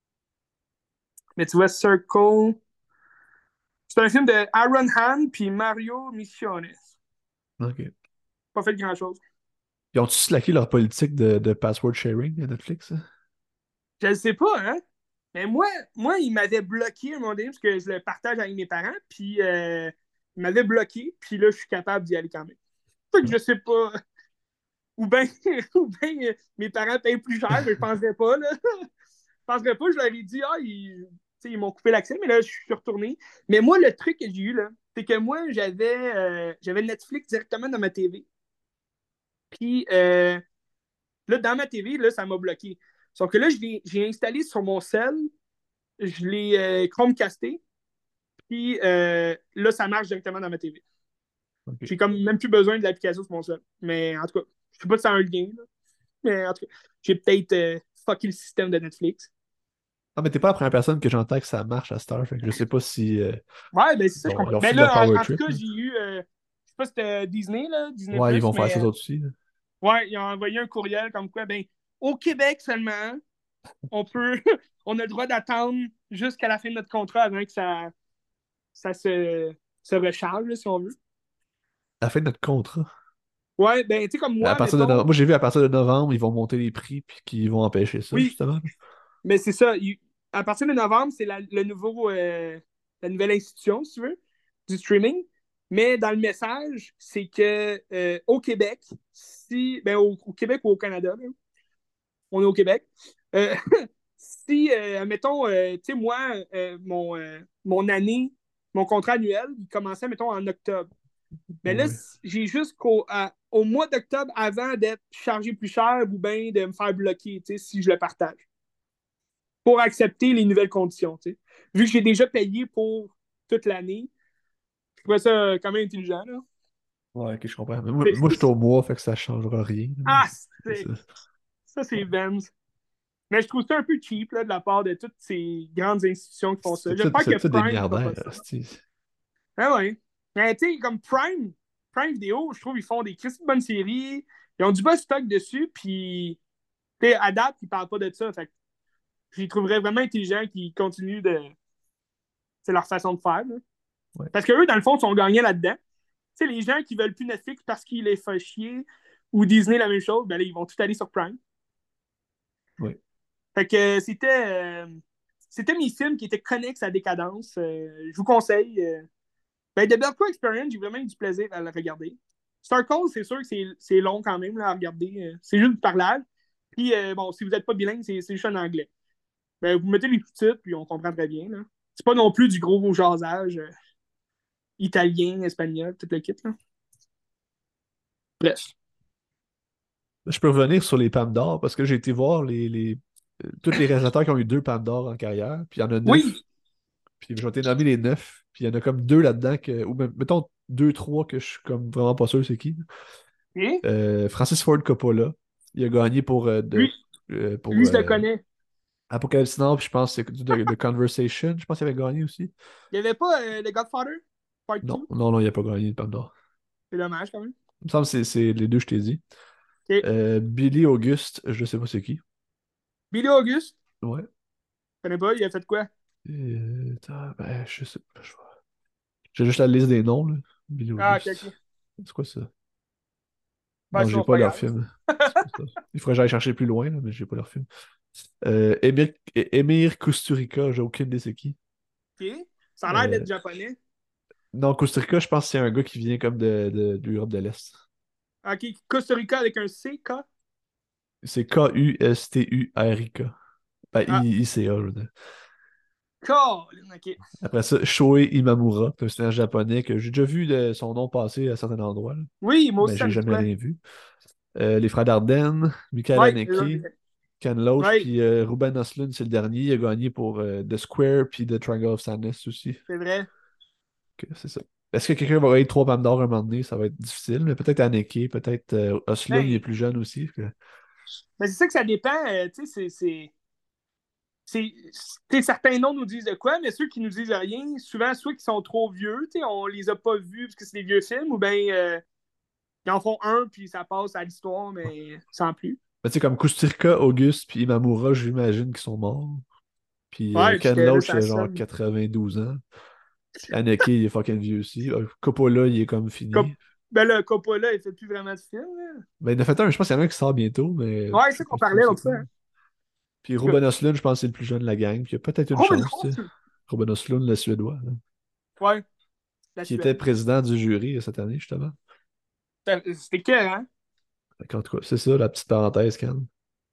Mais tu vois, Circle, c'est un film de Aaron Hahn puis Mario Misiones. Ok. Pas fait grand-chose. Ils ont-tu slacké leur politique de, de password sharing à Netflix? Hein? Je ne sais pas, hein? Mais moi, moi il m'avait bloqué à un moment donné parce que je le partage avec mes parents, puis euh, il m'avait bloqué, puis là, je suis capable d'y aller quand même. Fait que je sais pas. Ou bien ou ben, euh, mes parents payent plus cher, mais je ne penserais pas, là. Je penserais pas, je leur ai dit, ah, ils, ils m'ont coupé l'accès, mais là, je suis retourné. Mais moi, le truc que j'ai eu, là, c'est que moi, j'avais euh, j'avais Netflix directement dans ma T V. Puis euh, là, dans ma T V, là, ça m'a bloqué. Sauf que là, j'ai installé sur mon cell, je l'ai euh, Chromecasté, puis euh, là, ça marche directement dans ma T V. Ok. J'ai comme même plus besoin de l'application sur mon cell. Mais en tout cas, je sais pas si ça a un lien, là. Mais en tout cas, j'ai peut-être euh, fucké le système de Netflix. Ah, mais t'es pas la première personne que j'entends que ça marche à cette heure. Fait que je sais pas si euh, Ouais, ben c'est ça, ils je ont, ils comprends. ont Mais fini leur là, power en, en tout trip. cas, Là. j'ai eu, euh, je sais pas si c'était Disney, là, Disney Ouais, ils Plus, vont faire ça mais eux autres aussi. Là. ouais, ils ont envoyé un courriel comme quoi, ben, au Québec seulement, on peut, on a le droit d'attendre jusqu'à la fin de notre contrat avant que ça, ça se, se recharge, là, si on veut. À la fin de notre contrat. Ouais, ben, tu sais, comme À moi, partir de mettons, novembre. Moi, j'ai vu à partir de novembre, ils vont monter les prix puis qu'ils vont empêcher ça, oui, justement. mais c'est ça. Il- à partir de novembre, c'est la, le nouveau, euh, la nouvelle institution, si tu veux, du streaming. Mais dans le message, c'est que euh, au Québec, si, ben, au, au Québec ou au Canada, là, on est au Québec. Euh, si, euh, mettons, euh, tu sais, moi, euh, mon, euh, mon année, mon contrat annuel, il commençait, mettons, en octobre. Mais là, Ouais. j'ai jusqu'au à- au mois d'octobre avant d'être chargé plus cher ou bien de me faire bloquer, tu sais, si je le partage. Pour accepter les nouvelles conditions, tu sais. Vu que j'ai déjà payé pour toute l'année, je trouvais ça quand même intelligent, là. Ouais, ok, je comprends. Mais moi, moi je suis C'est- au mois, fait que ça changera rien. Là. Ah, C'est c'est- ça. ça, c'est Benz. Mais je trouve ça un peu cheap là, de la part de toutes ces grandes institutions qui font ça. C'est tout, J'espère que c'est tout des Prime ne fera milliardaires. pas ça. Asti. Ah ouais. Mais tu sais, comme Prime, Prime Vidéo, je trouve qu'ils font des Christy de bonnes séries. Ils ont du bon stock dessus, puis tu sais, à date, ils parlent pas de ça. Fait que je les trouverais vraiment intelligents qu'ils continuent de. C'est leur façon de faire. Là. Ouais, Parce que eux, dans le fond, sont gagnants là-dedans. Tu sais, les gens qui veulent plus Netflix parce qu'ils les font chier ou Disney la même chose, ben là, ils vont tout aller sur Prime. ouais. Fait que c'était euh, c'était mes films qui étaient connexes à Décadence. Euh, je vous conseille. Euh, ben, The Belko Experience, j'ai vraiment eu du plaisir à le regarder. Star Call, c'est sûr que c'est c'est long quand même là, à regarder. Euh, c'est juste du parlage. Puis, euh, bon, si vous n'êtes pas bilingue, c'est c'est juste en anglais. Ben, vous mettez les sous-titres, puis on comprend très bien. Là. C'est pas non plus du gros jasage euh, italien, espagnol, toute le kit. Là. Bref. Je peux revenir sur les Palmes d'Or parce que j'ai été voir les, les, euh, tous les réalisateurs qui ont eu deux Palmes d'Or en carrière, puis il y en a Oui. neuf, puis j'ai été nommé les neuf, puis il y en a comme deux là-dedans, que, ou même, mettons deux, trois que je suis comme vraiment pas sûr c'est qui. Et Euh, Francis Ford Coppola, il a gagné pour, euh, de, lui, euh, pour lui, je le euh, connais. Apocalypse Now, puis je pense que c'est de, de Conversation, je pense qu'il avait gagné aussi. Il n'y avait pas euh, The Godfather, Part Non, deux. non, non, il n'a pas gagné de Palme d'Or. C'est dommage quand même. Il me semble que c'est c'est les deux que je t'ai dit. OK. Euh, Billy Auguste, je sais pas c'est qui. Billy Auguste, Ouais. je connais pas, il a fait quoi? Euh, attends, ben, je sais pas. je vois. J'ai juste la liste des noms, là. Billy Ah, ok, Auguste. ok. C'est quoi ça? Ben, Non, j'ai sinon, c'est pas pas leur grave. film. C'est pas ça. Il faudrait que j'aille chercher plus loin, là, mais j'ai pas leur film. Euh, Emir, Emir Kusturica, j'ai aucune idée c'est qui. OK. Ça a l'air Euh, d'être japonais. non, Kusturica, je pense que c'est un gars qui vient comme de, de, de l'Europe de l'Est. OK. Costa Rica avec un C, K. C'est K U S T U R I K. Ben, Ah, I- ICA, je veux dire. Colin, OK. Après ça, Shohei Imamura, c'est un japonais que j'ai déjà vu de- son nom passer à certains endroits, là, Oui, moi mais aussi, ça j'ai me dit jamais quoi? rien vu. Euh, les frères Dardenne, Michael Ouais, c'est ça. Haneke, Ken Loach, Ouais, puis euh, Ruben Östlund, c'est le dernier. Il a gagné pour euh, The Square, puis The Triangle of Sadness aussi. c'est vrai. Ok, c'est ça. Est-ce que quelqu'un va gagner trois Palmes d'Or un moment donné? Ça va être difficile, mais peut-être Haneke, peut-être euh, Östlund, il est Ben, plus jeune aussi. que- ben, c'est ça que ça dépend. euh, tu sais, c'est. c'est- c'est- tu sais, certains noms nous disent de quoi, mais ceux qui nous disent rien, souvent, soit qui sont trop vieux, tu sais, on les a pas vus parce que c'est des vieux films, ou bien euh, ils en font un, puis ça passe à l'histoire, mais sans plus. Mais tu sais, comme Kusturka, Auguste, puis Imamura, j'imagine qu'ils sont morts. Puis euh, Ouais, parce Ken que là, Loach, il ça a genre sonne. quatre-vingt-douze ans. Puis Haneke, il est fucking vieux aussi. Euh, Coppola, il est comme Cop- fini. Ben là, Coppola, il fait plus vraiment de films. Là. Ben, il en a fait un, je pense qu'il y en a un qui sort bientôt, mais Ouais, je c'est ça sais pas qu'on trop parlait c'est l'autre quoi. fois. Hein. Puis En tout Ruben Östlund, je pense que c'est le plus jeune de la gang. Puis il y a peut-être une Robin chance, tu sais. Hood. Ruben Östlund, le Suédois, là, Ouais, la qui était Suède. président du jury euh, cette année, justement. C'était cœur, hein? Fait qu'en tout cas, c'est ça, la petite parenthèse, Cannes.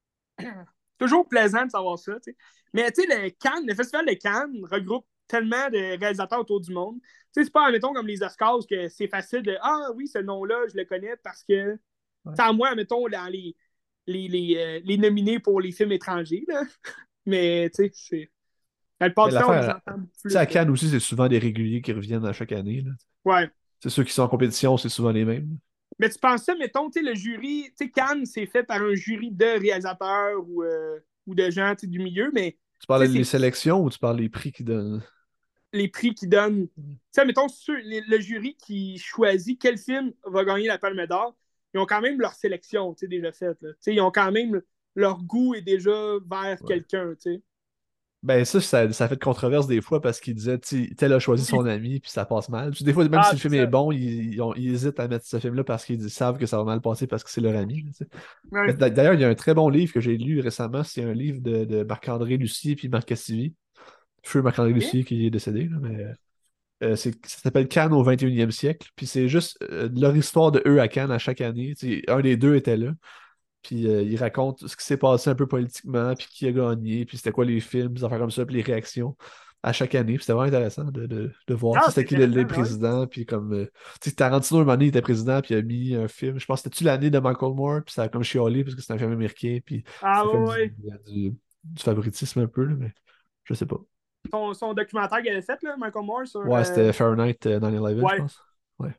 Toujours plaisant de savoir ça, tu sais. Mais tu sais, le Cannes, le festival de Cannes regroupe tellement de réalisateurs autour du monde. Tu sais, c'est pas, admettons, comme les Oscars, que c'est facile de Ah oui, ce nom-là, je le connais parce que Ouais. c'est à moi, admettons, dans les, les, les, euh, les nominés pour les films étrangers. Là. Mais tu sais, c'est. La plupart Mais du temps, on les l'affaire, entend tu sais, à plus. Là. Cannes aussi, c'est souvent des réguliers qui reviennent à chaque année, là. Ouais. C'est ceux qui sont en compétition, c'est souvent les mêmes. Mais tu penses ça, mettons, tu sais, le jury, tu sais, Cannes, c'est fait par un jury de réalisateurs ou, euh, ou de gens tu sais, du milieu, mais Tu parles tu sais, des c'est sélections ou tu parles des prix qu'ils donnent? les prix qu'ils donnent. Tu sais, mettons, ceux- les- le jury qui choisit quel film va gagner la Palme d'Or, ils ont quand même leur sélection, tu sais, déjà faite. Là. Tu sais, ils ont quand même leur goût est déjà vers Ouais. quelqu'un, tu sais. Ben ça, ça, ça fait de controverse des fois parce qu'il disait, tu sais, tel a choisi Oui. son ami, puis ça passe mal. Puis des fois, même si Ah, le c'est film est ça. bon, ils, ils ont- ils hésitent à mettre ce film-là parce qu'ils savent que ça va mal passer parce que c'est leur ami, tu sais. Mais Ouais. d'a- D'ailleurs, il y a un très bon livre que j'ai lu récemment, c'est un livre de, de Marc-André Lucier puis Marc Cassivi. Feu Marc-André Ok. Lucier qui est décédé, là, mais euh, c'est- ça s'appelle Cannes au vingt et unième siècle. Puis c'est juste euh, leur histoire de eux à Cannes à chaque année. Tu sais, un des deux était là. Puis euh, il raconte ce qui s'est passé un peu politiquement, puis qui a gagné, puis c'était quoi les films, des affaires comme ça, puis les réactions à chaque année. Puis c'était vraiment intéressant de, de, de voir. Tu sais, Ah, c'est c'était qui le- les intéressant, ouais. présidents, puis comme. euh, tu sais, Tarantino, un moment donné, il était président, puis il a mis un film. Je pense que c'était-tu l'année de Michael Moore, puis ça a comme chialé, parce que c'était un film américain, puis Ah, c'était comme ouais, du, ouais. du, du favoritisme un peu, là, mais je sais pas. Son, son documentaire qu'il avait fait, là, Michael Moore, sur. Ouais, euh, c'était Fahrenheit euh, neuf onze, je Ouais. pense. Ouais,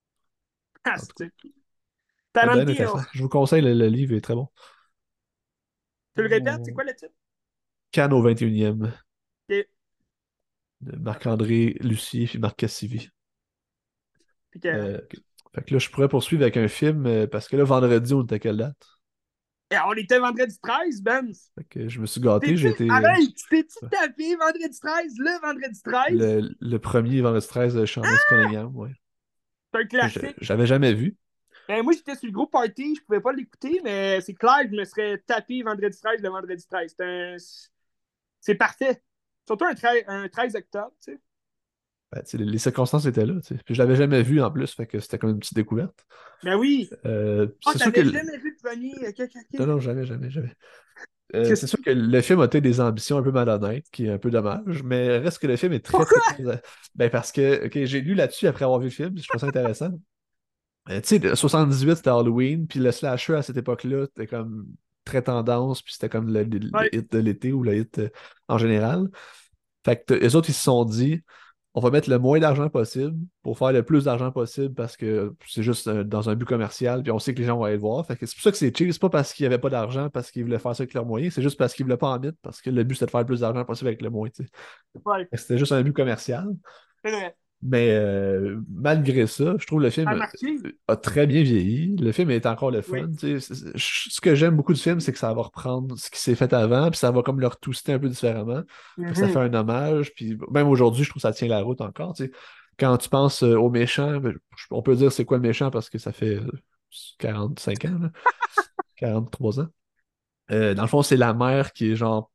Ah, en tout cas. c'est C'est bien Tarantino. intéressant. Je vous conseille, le, le livre est très bon. Tu le répètes, c'est quoi le titre? Cannes au vingt et unième Ok. de Parfait. Marc-André Lucier puis Marc Cassivi. Puis que, Euh, ok. Fait que là, je pourrais poursuivre avec un film euh, parce que là, vendredi, on était à quelle date? Et on était vendredi treize, Ben. Fait que je me suis gâté, j'ai T'es-tu, été euh, arrête, t'es-tu tapé vendredi treize, le vendredi treize? le, le premier vendredi treize de Shamus Cunningham, ouais. C'est un Je- classique. J'avais jamais vu. Ben, moi, j'étais sur le gros party, je pouvais pas l'écouter, mais c'est clair que je me serais tapé vendredi treize, le vendredi treize. C'est un... C'est parfait. Surtout un, treize un treize octobre, tu sais. Ben, tu sais, les, les circonstances étaient là, tu sais. Puis je l'avais jamais vu en plus, fait que c'était comme une petite découverte. Ben oui. Euh, Oh, c'est sûr que. t'avais le- jamais vu de Bonnie. Ok, ok, Non, ok. non, jamais, jamais, jamais. Euh, c'est sûr Christy. que le film a peut-être des ambitions un peu malhonnêtes, qui est un peu dommage, mais reste que le film est très, très, Pourquoi? très. Ben parce que, ok, j'ai lu là-dessus après avoir vu le film, puis je trouve ça intéressant. Euh, tu sais, le soixante-dix-huit, c'était Halloween, puis le slasher à cette époque-là, c'était comme très tendance, puis c'était comme le, le- Ouais. le hit de l'été ou le hit euh, en général. Fait que les autres, ils se sont dit, on va mettre le moins d'argent possible pour faire le plus d'argent possible parce que c'est juste euh, dans un but commercial, puis on sait que les gens vont aller le voir. Fait que c'est pour ça que c'est cheap. C'est pas parce qu'il n'y avait pas d'argent, parce qu'ils voulaient faire ça avec leurs moyens, c'est juste parce qu'ils voulaient pas en mettre, parce que le but c'était de faire le plus d'argent possible avec le moins, tu sais. Ouais. Fait que c'était juste un but commercial. C'est vrai. Mais euh, malgré ça, je trouve le Ça a film marché. a très bien vieilli. Le film est encore le Oui. fun. Tu sais. C'est- c'est- Ce que j'aime beaucoup du film, c'est que ça va reprendre ce qui s'est fait avant, puis ça va comme le retwister un peu différemment. Fait que ça fait Mhm. un hommage, puis même aujourd'hui, je trouve que ça tient la route encore. Tu sais. Quand tu penses euh, au méchant, ben, je- on peut dire c'est quoi le méchant parce que ça fait euh, quarante-cinq ans, là, quarante-trois ans. Euh, dans le fond, c'est la mère qui est genre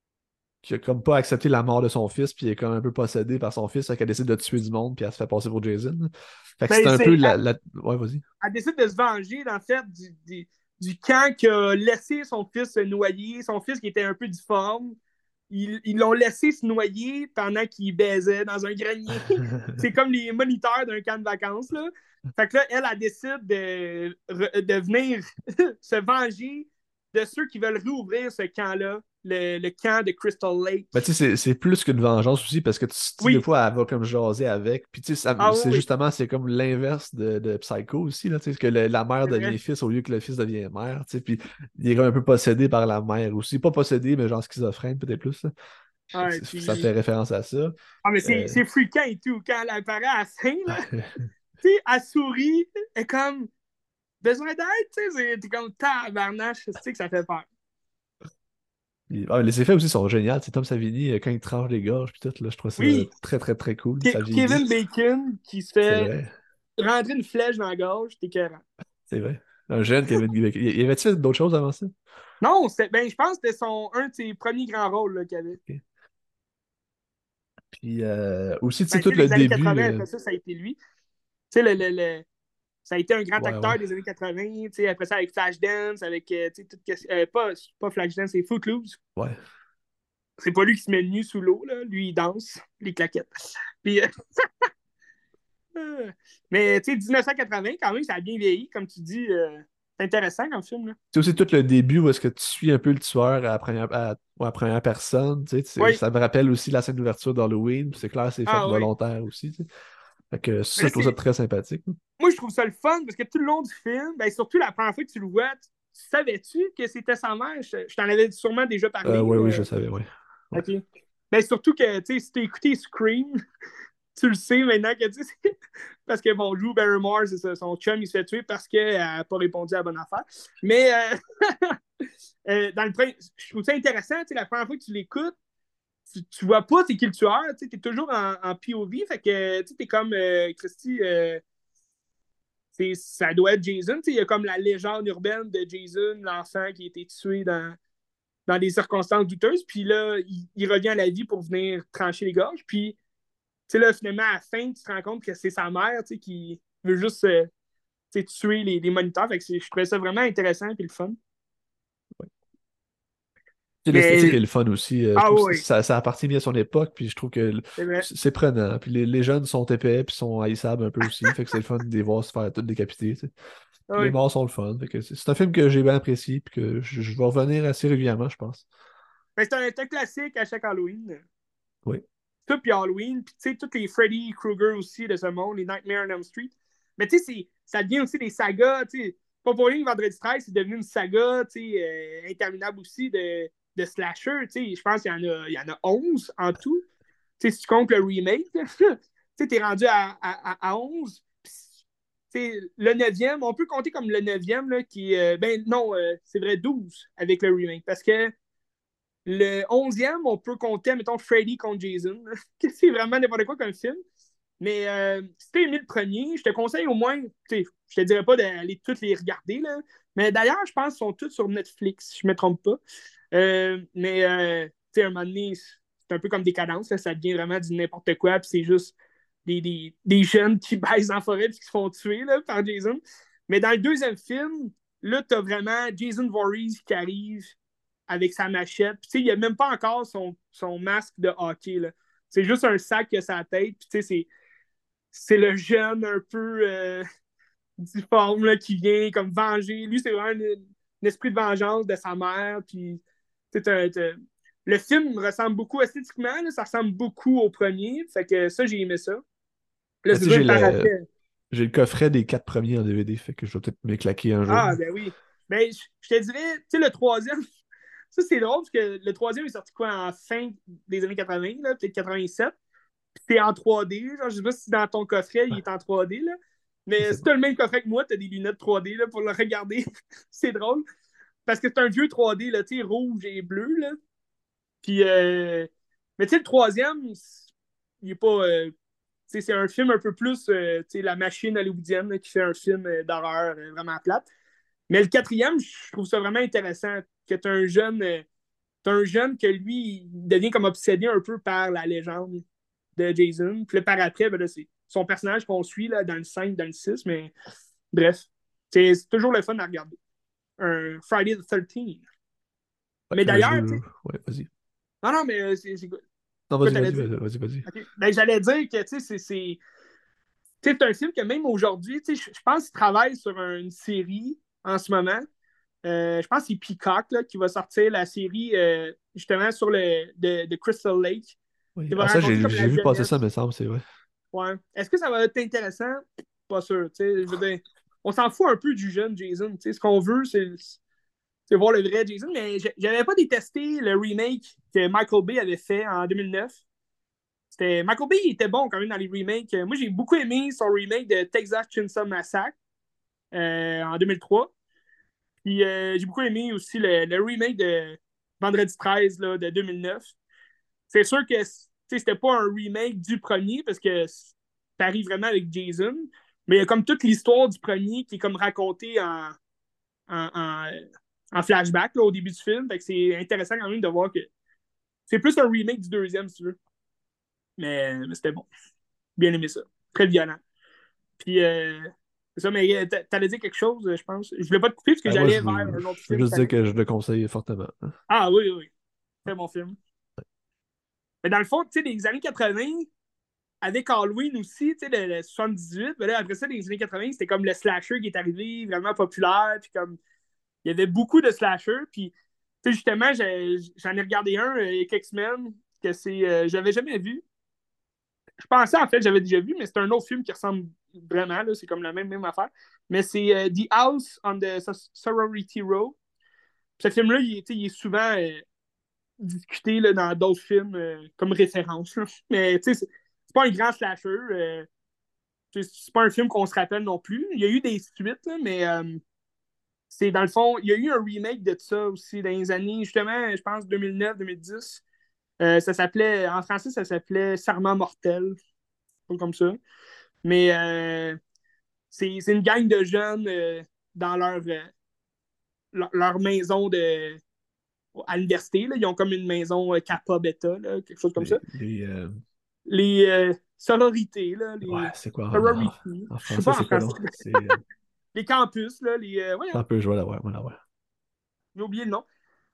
qui a comme pas accepté la mort de son fils, puis elle est comme un peu possédée par son fils, fait qu'elle décide de tuer du monde, puis elle se fait passer pour Jason. Fait que c'est Ben, un peu c'est, la, elle, la... Ouais, vas-y. elle décide de se venger, en fait, du, du, du camp qui a laissé son fils se noyer. Son fils qui était un peu difforme. Ils, ils l'ont laissé se noyer pendant qu'il baisait dans un grenier. C'est comme les moniteurs d'un camp de vacances, là. Fait que là, elle, elle décide de, de venir se venger de ceux qui veulent rouvrir ce camp-là, le, le camp de Crystal Lake. Ben, tu sais, c'est c'est plus qu'une vengeance aussi, parce que tu tu sais, des Oui. fois, elle va comme jaser avec. Puis, tu sais, ça- Ah c'est oui, justement, c'est comme l'inverse de, de Psycho aussi, là, tu sais, que le- la mère c'est devient vrai. fils au lieu que le fils devient mère, tu sais. Puis, il est comme un peu possédé par la mère aussi. Pas possédé, mais genre schizophrène, peut-être plus, là. Fait que Ouais, c'est- ça fait puis... référence à ça. Ah, mais c'est, Euh, c'est fréquent et tout. Quand elle apparaît à la fin, là, tu sais, elle sourit, elle est comme besoin d'aide, tu sais, c'est- t'es comme tabarnache, tu sais que ça fait peur. puis- ah, les effets aussi sont géniaux. C'est Tom Savini, euh, quand il tranche les gorges, puis tout, là, je trouve ça Oui, très, très, très cool. Ça Ke- vieillit. Kevin Bacon qui se C'est fait vrai. rentrer une flèche dans la gorge, t'es écœurant. C'est vrai. Un jeune Kevin Bacon. Y y avait-il d'autres choses avant ça? Non, c'était, ben, je pense que c'était son, un de ses premiers grands rôles là, qu'il avait. Ok. Puis euh, aussi, tu sais, Ben, tu tout sais, le les années début. quatre-vingts, euh, après ça, ça a été lui. Tu sais, le, le, le- ça a été un grand Ouais, ouais. acteur des années quatre-vingts, tu sais, après ça avec Flashdance, avec, euh, tu sais, toute question- euh, pas, pas Flashdance, c'est Footloose. Ouais. C'est pas lui qui se met nu sous l'eau, là. Lui, il danse, les claquettes. Puis, euh, euh, mais, tu sais, dix-neuf cent quatre-vingts, quand même, ça a bien vieilli, comme tu dis. Euh, c'est intéressant comme film, là. C'est aussi tout le début où est-ce que tu suis un peu le tueur à la première, à, ouais, à première personne. Tu sais, c'est- Oui. ça me rappelle aussi la scène d'ouverture d'Halloween. Puis c'est clair, c'est fait Ah oui. volontaire aussi. Tu sais. Fait que Mais ça, là, je trouve ça c'est... très sympathique. Moi, je trouve ça le fun parce que tout le long du film, ben, surtout la première fois que tu le vois, tu savais-tu que c'était sa mère? Je, je t'en avais sûrement déjà Euh, parlé, oui, oui, je mais. savais, oui. Ouais. OK. Ben, surtout que, tu sais, si t'as écouté Scream, tu le sais maintenant que, tu sais, parce que, bon, Drew Barrymore, c'est ça, son chum, il se fait tuer parce qu'elle n'a pas répondu à la bonne affaire. Mais, euh, euh, dans le premier, je trouve ça intéressant, tu sais, la première fois que tu l'écoutes, tu, tu vois pas c'est qui le tueur, tu es toujours en, en P O V, fait que tu es comme euh, Christy, euh, ça doit être Jason, il y a comme la légende urbaine de Jason, l'enfant qui a été tué dans, dans des circonstances douteuses, puis là, il, il revient à la vie pour venir trancher les gorges, puis là, finalement, à la fin, tu te rends compte que c'est sa mère qui veut juste euh, tuer les, les moniteurs, fait que je trouvais ça vraiment intéressant et le fun. Tu sais, l'esthétique Mais, est le fun aussi. Euh, je ah trouve que oui, ça, ça appartient bien à son époque. Puis je trouve que c'est vrai. c'est prenant. Puis les, les jeunes sont épais puis sont haïssables un peu aussi. Fait que c'est le fun de les voir se faire toutes décapiter. Tu sais. Ah Puis les oui. morts sont le fun. Fait que c'est c'est un film que j'ai bien apprécié puis que je, je vais revenir assez régulièrement, je pense. Mais c'est un, un classique à chaque Halloween. Oui. Tout, puis Halloween, puis tu sais, tous les Freddy Krueger aussi de ce monde, les Nightmare on Elm Street. Mais tu sais, ça devient aussi des sagas, tu sais. Pas pour rien que Vendredi treize, c'est devenu une saga, tu sais, euh, interminable aussi de, de slasher, tu sais. Je pense qu'il y en a, il y en a onze en tout. Tu sais, si tu comptes le remake, tu sais, t'es rendu à, à, à onze. Tu sais, le neuvième, on peut compter comme le neuvième, là, qui est, euh, ben non, euh, c'est vrai, douze avec le remake. Parce que le onzième, on peut compter, mettons, Freddy contre Jason. C'est vraiment n'importe quoi comme film. Mais euh, si t'as aimé le premier, je te conseille au moins, tu sais, je te dirais pas d'aller toutes les regarder, là. Mais d'ailleurs, je pense qu'ils sont tous sur Netflix, si je me trompe pas. Euh, mais, euh, tu sais, un moment donné, c'est un peu comme des cadences, là, ça devient vraiment du n'importe quoi, puis c'est juste des, des, des jeunes qui baissent en forêt puis qui se font tuer là, par Jason. Mais dans le deuxième film, là, t'as vraiment Jason Voorhees qui arrive avec sa machette. Puis, tu sais, il n'y a même pas encore son, son masque de hockey, là. C'est juste un sac qui a sa tête, puis tu sais, c'est c'est le jeune un peu euh, difforme là, qui vient comme venger. Lui, c'est vraiment un, un esprit de vengeance de sa mère. Puis, t'as, t'as... le film ressemble beaucoup esthétiquement, là, ça ressemble beaucoup au premier. Fait que ça, j'ai aimé ça. Là, Ben, c'est tu sais, sûr j'ai que par le, après. j'ai le coffret des quatre premiers en D V D, fait que je vais peut-être m'éclaquer un jour. Ah, ben oui. Ben, je, je te dirais, tu sais, le troisième, ça c'est drôle parce que le troisième est sorti quoi en fin des années quatre-vingts, là, peut-être quatre-vingt-sept. C'est en trois D. Genre, je sais pas si dans ton coffret, il est en trois D. Là. Je Mais sais si pas. tu as le même coffret que moi, tu as des lunettes trois D là, pour le regarder. C'est drôle. Parce que c'est un vieux trois D, là, rouge et bleu. Là. Puis, euh... mais tu sais, le troisième, il est pas. Euh... C'est un film un peu plus euh, la machine hollywoodienne là, qui fait un film euh, d'horreur euh, vraiment plate. Mais le quatrième, je trouve ça vraiment intéressant. Que tu un jeune. Euh... T'as un jeune que lui, il devient comme obsédé un peu par la légende de Jason. Puis là, par après, ben là, c'est son personnage qu'on suit là, dans le cinq, dans le six, mais bref, c'est toujours le fun à regarder. Un Friday the thirteenth. Ouais, Mais ben, je d'ailleurs, tu veux. sais, Ouais, vas-y. non, non, mais euh, c'est quoi, Non, quoi vas-y, t'allais vas-y, dire? vas-y, vas-y, vas-y. Okay. Ben, j'allais dire que, tu sais, c'est c'est un film que même aujourd'hui, tu sais, je pense qu'il travaille sur une série en ce moment. Euh, je pense que c'est Peacock là, qui va sortir la série euh, justement sur le de, de Crystal Lake. Oui. Qui va Ah, ça, raconter j'ai comme j'ai la vu passer ça, jeunesse. me semble, c'est vrai. Ouais. Est-ce que ça va être intéressant? Pas sûr. Tu sais, je veux dire, on s'en fout un peu du jeune Jason. Tu sais, ce qu'on veut, c'est c'est voir le vrai Jason. Mais j'avais pas détesté le remake que Michael Bay avait fait en deux mille neuf. C'était... Michael Bay il était bon quand même dans les remakes. Moi, j'ai beaucoup aimé son remake de Texas Chainsaw Massacre euh, en deux mille trois. Puis euh, j'ai beaucoup aimé aussi le, le remake de Vendredi treize là, de deux mille neuf. C'est sûr que c'était pas un remake du premier parce que ça arrive vraiment avec Jason, mais il y a comme toute l'histoire du premier qui est comme racontée en, en, en, en flashback là, au début du film. Fait que c'est intéressant quand même de voir que c'est plus un remake du deuxième, si tu veux. Mais, mais c'était bon. Bien aimé ça. Très violent. Puis, euh, c'est ça, mais euh, t'allais dire quelque chose, je pense. Je voulais pas te couper parce que Ben, moi, j'allais je vers veux, un autre je veux film juste dire tannant. que je le conseille fortement. Ah oui, oui, oui. Très bon film. Mais dans le fond, tu sais, les années quatre-vingts, avec Halloween aussi, tu sais, le, le soixante-dix-huit, ben là, après ça, les années quatre-vingts, c'était comme le slasher qui est arrivé, vraiment populaire, puis comme, il y avait beaucoup de slashers, puis, tu sais, justement, j'en ai regardé un euh, il y a quelques semaines, que c'est, euh, j'avais jamais vu. Je pensais, en fait, j'avais déjà vu, mais c'est un autre film qui ressemble vraiment, là, c'est comme la même, même affaire, mais c'est euh, The House on the Sorority Row. Ce film-là, il, il est souvent euh, discuté là, dans d'autres films euh, comme référence, là. Mais, tu sais, c'est c'est pas un grand slasher, euh, c'est pas un film qu'on se rappelle non plus. Il y a eu des suites, là, mais euh, c'est dans le fond, il y a eu un remake de ça aussi dans les années, justement, je pense deux mille neuf deux mille dix. Euh, ça s'appelait, en français, ça s'appelait Serment mortel, pas comme ça. Mais euh, c'est c'est une gang de jeunes euh, dans leur, euh, leur, leur maison de, à l'université. Là. Ils ont comme une maison euh, Kappa Beta, là, quelque chose comme ça. Les, les, euh, Les euh, sororités, là, Ouais, les c'est quoi en, en- sororities, en je sais français, pas en c'est quoi français. donc? C'est. euh, Les campus, là, les. Euh, voyons, Un peu, je vais l'avoir, je vais l'avoir. j'ai oublié le nom.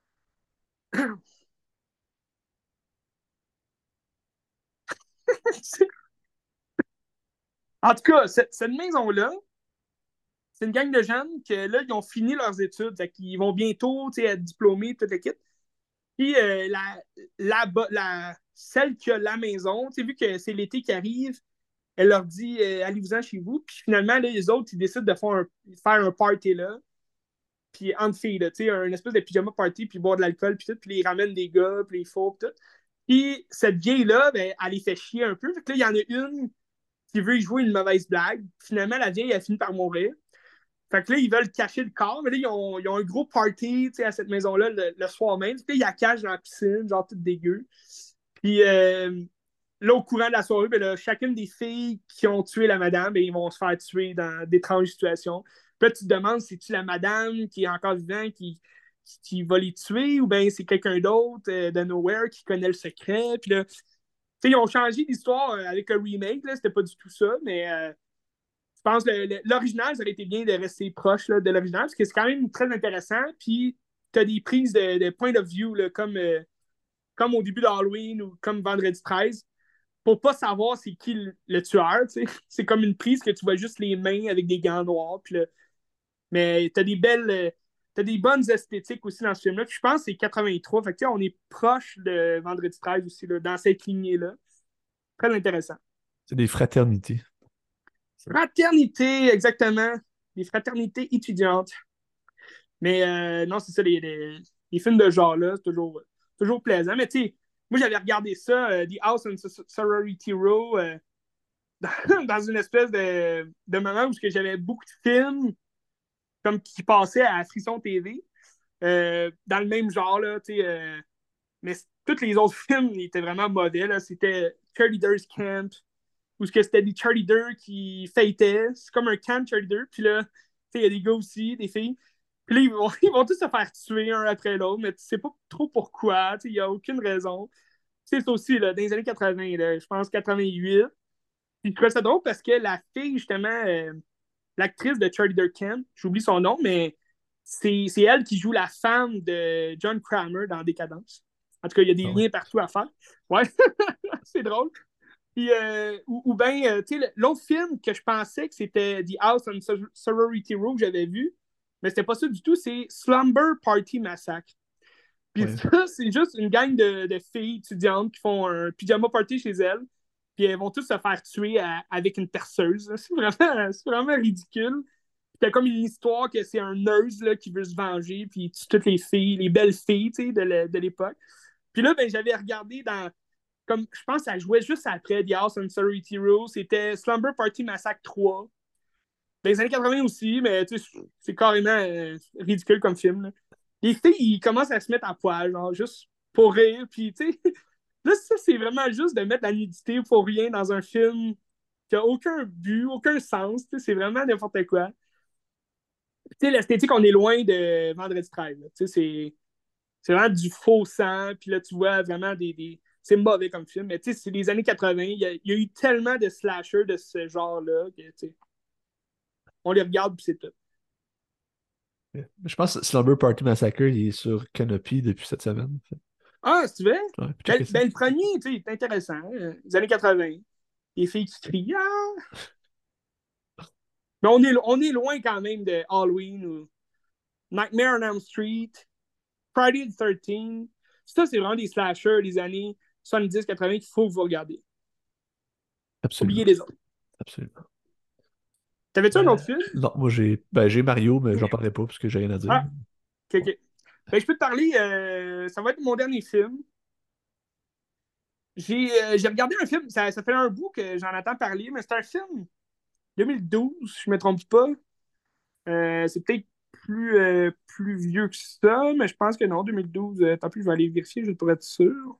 En tout cas, cette, cette maison-là, c'est une gang de jeunes que là, ils ont fini leurs études. Ils vont bientôt être diplômés, toute l'équipe. Puis euh, la, la, la, celle qui a la maison, vu que c'est l'été qui arrive, elle leur dit euh, allez-vous-en chez vous. Puis finalement, là, les autres, ils décident de faire un, faire un party là. Puis entre filles, là, un espèce de pyjama party, puis boire de l'alcool, puis tout. Puis ils ramènent des gars, puis ils font, puis tout. Puis cette vieille-là, ben, elle les fait chier un peu. Fait que là, il y en a une qui veut y jouer une mauvaise blague. Finalement, la vieille, elle finit par mourir. Fait que là, ils veulent cacher le corps, mais là, ils ont, ils ont un gros party à cette maison-là le, le soir même. Puis là, ils la cachent dans la piscine, genre tout dégueu. Puis euh, là, au courant de la soirée, ben, là, chacune des filles qui ont tué la madame, ben, ils vont se faire tuer dans d'étranges situations. Puis là, tu te demandes, c'est-tu la madame qui est encore vivante qui, qui, qui va les tuer ou bien c'est quelqu'un d'autre euh, de Nowhere qui connaît le secret. Puis là, ils ont changé l'histoire euh, avec le remake, là, c'était pas du tout ça, mais euh, je pense que l'original, ça aurait été bien de rester proche là, de l'original, parce que c'est quand même très intéressant. Puis, tu as des prises de, de point of view, là, comme, euh, comme au début d'Halloween ou comme Vendredi treize, pour pas savoir c'est qui le, le tueur. T'sais. C'est comme une prise que tu vois juste les mains avec des gants noirs. Puis là, mais tu as des belles. Euh, T'as des bonnes esthétiques aussi dans ce film-là. Puis je pense que c'est quatre-vingt-trois. Fait que, on est proche de Vendredi treize aussi, là, dans cette lignée-là. Très intéressant. C'est des fraternités. Fraternité, exactement. Des fraternités étudiantes. Mais euh, non, c'est ça, les, les, les films de genre-là, c'est toujours, toujours plaisant. Mais tu sais, moi, j'avais regardé ça, euh, The House on Sorority Row, euh, dans, dans une espèce de, de moment où j'avais beaucoup de films comme qui passaient à Frisson T V, euh, dans le même genre, là, tu sais. Euh, mais tous les autres films ils étaient vraiment mauvais. Là. C'était Cheerleaders Camp, où c'était des cheerleaders qui fêtaient. C'est comme un camp cheerleader. Puis là, il y a des gars aussi, des filles. Puis là, ils vont, ils vont tous se faire tuer un après l'autre, mais tu sais pas trop pourquoi. Il n'y a aucune raison. C'est aussi, là, dans les années quatre-vingts, là, je pense quatre-vingt-huit. Puis je trouvais ça drôle parce que la fille, justement, euh, l'actrice de Cheerleader Camp, j'oublie son nom, mais c'est, c'est elle qui joue la femme de John Kramer dans Décadence. En tout cas, il y a des Ah ouais. liens partout à faire. Ouais, c'est drôle. Puis, euh, ou, ou bien, euh, tu sais, l'autre film que je pensais que c'était The House on Sorority Row que j'avais vu, mais c'était pas ça du tout, c'est Slumber Party Massacre. Puis Ouais. ça, c'est juste une gang de, de filles étudiantes qui font un pyjama party chez elles, puis elles vont tous se faire tuer à- avec une perceuse. C'est vraiment, c'est vraiment ridicule. C'était comme une histoire que c'est un nurse là, qui veut se venger, puis il tue toutes les filles, les belles filles tu sais, de le- de l'époque. Puis là, ben, j'avais regardé dans comme je pense que ça jouait juste après The House on Sorority Row. C'était Slumber Party Massacre trois. Dans les années quatre-vingts aussi, mais c'est carrément euh, ridicule comme film. Là. Les filles, ils commencent à se mettre à poil, genre, juste pour rire. Puis, tu sais, là, ça, c'est vraiment juste de mettre la nudité pour rien dans un film qui a aucun but, aucun sens. C'est vraiment n'importe quoi. Tu sais, l'esthétique, on est loin de Vendredi treize. Tu sais, c'est c'est vraiment du faux sang. Puis là, tu vois vraiment des. des... C'est mauvais comme film, mais tu sais, c'est les années quatre-vingts. Il y, a, il y a eu tellement de slashers de ce genre-là que, tu sais, on les regarde puis c'est tout. Je pense que Slumber Party Massacre, il est sur Canopy depuis cette semaine. Ah, si tu veux? Ouais, puis Ben, checker ça. ben, le premier, tu sais, c'est intéressant. Hein, les années quatre-vingts. Les filles qui crient. Ah! Mais on est, on est loin quand même de Halloween ou Nightmare on Elm Street, Friday the thirteenth. Ça, c'est vraiment des slashers des années soixante-dix quatre-vingts qu'il faut que vous regardiez. Oubliez Absolument. les autres. Absolument. T'avais-tu un Euh, autre film? non, moi j'ai ben, j'ai Mario, mais j'en parlerai pas parce que j'ai rien à dire. Ah, ok, ok. Ben, je peux te parler, euh, ça va être mon dernier film. J'ai euh, j'ai regardé un film, ça, ça fait un bout que j'en entends parler, mais c'est un film deux mille douze, je ne me trompe pas. Euh, c'est peut-être plus, euh, plus vieux que ça, mais je pense que non, deux mille douze. Euh, tant pis, je vais aller vérifier, je pour être sûr.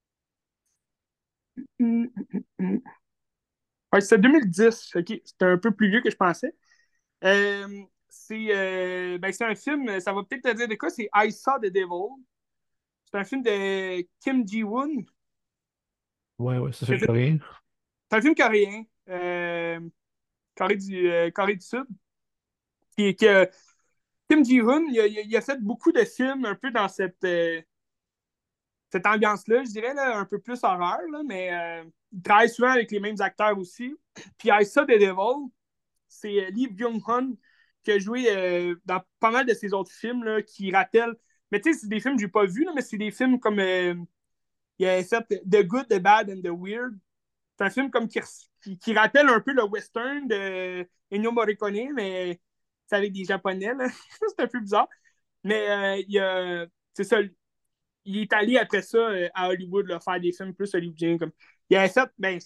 Hum, hum, hum. Ouais, c'est deux mille dix, ok, c'était un peu plus vieux que je pensais. Euh, c'est euh, ben, c'est un film, ça va peut-être te dire de quoi, c'est I Saw the Devil. C'est un film de Kim Ji-woon. Ouais, ouais, ça fait C'est rien. un film coréen, euh, Corée du, euh, Corée du Sud. Puis que Kim Ji-woon, il a, il a fait beaucoup de films un peu dans cette, euh, cette ambiance-là, je dirais, là, un peu plus horreur, là, mais euh, il travaille souvent avec les mêmes acteurs aussi. Puis I Saw the Devil, c'est euh, Lee Byung-hun qui a joué euh, dans pas mal de ses autres films là, qui rappellent. Mais tu sais, c'est des films que j'ai pas vus, là, mais c'est des films comme euh, il a fait The Good, The Bad and The Weird. C'est un film comme qui, qui, qui rappelle un peu le western de Ennio Morricone, mais c'est avec des Japonais. C'est un peu bizarre. Mais euh, il a, c'est ça, il est allé après ça euh, à Hollywood là, faire des films plus hollywoodiens. Comme... Il avait fait, ben,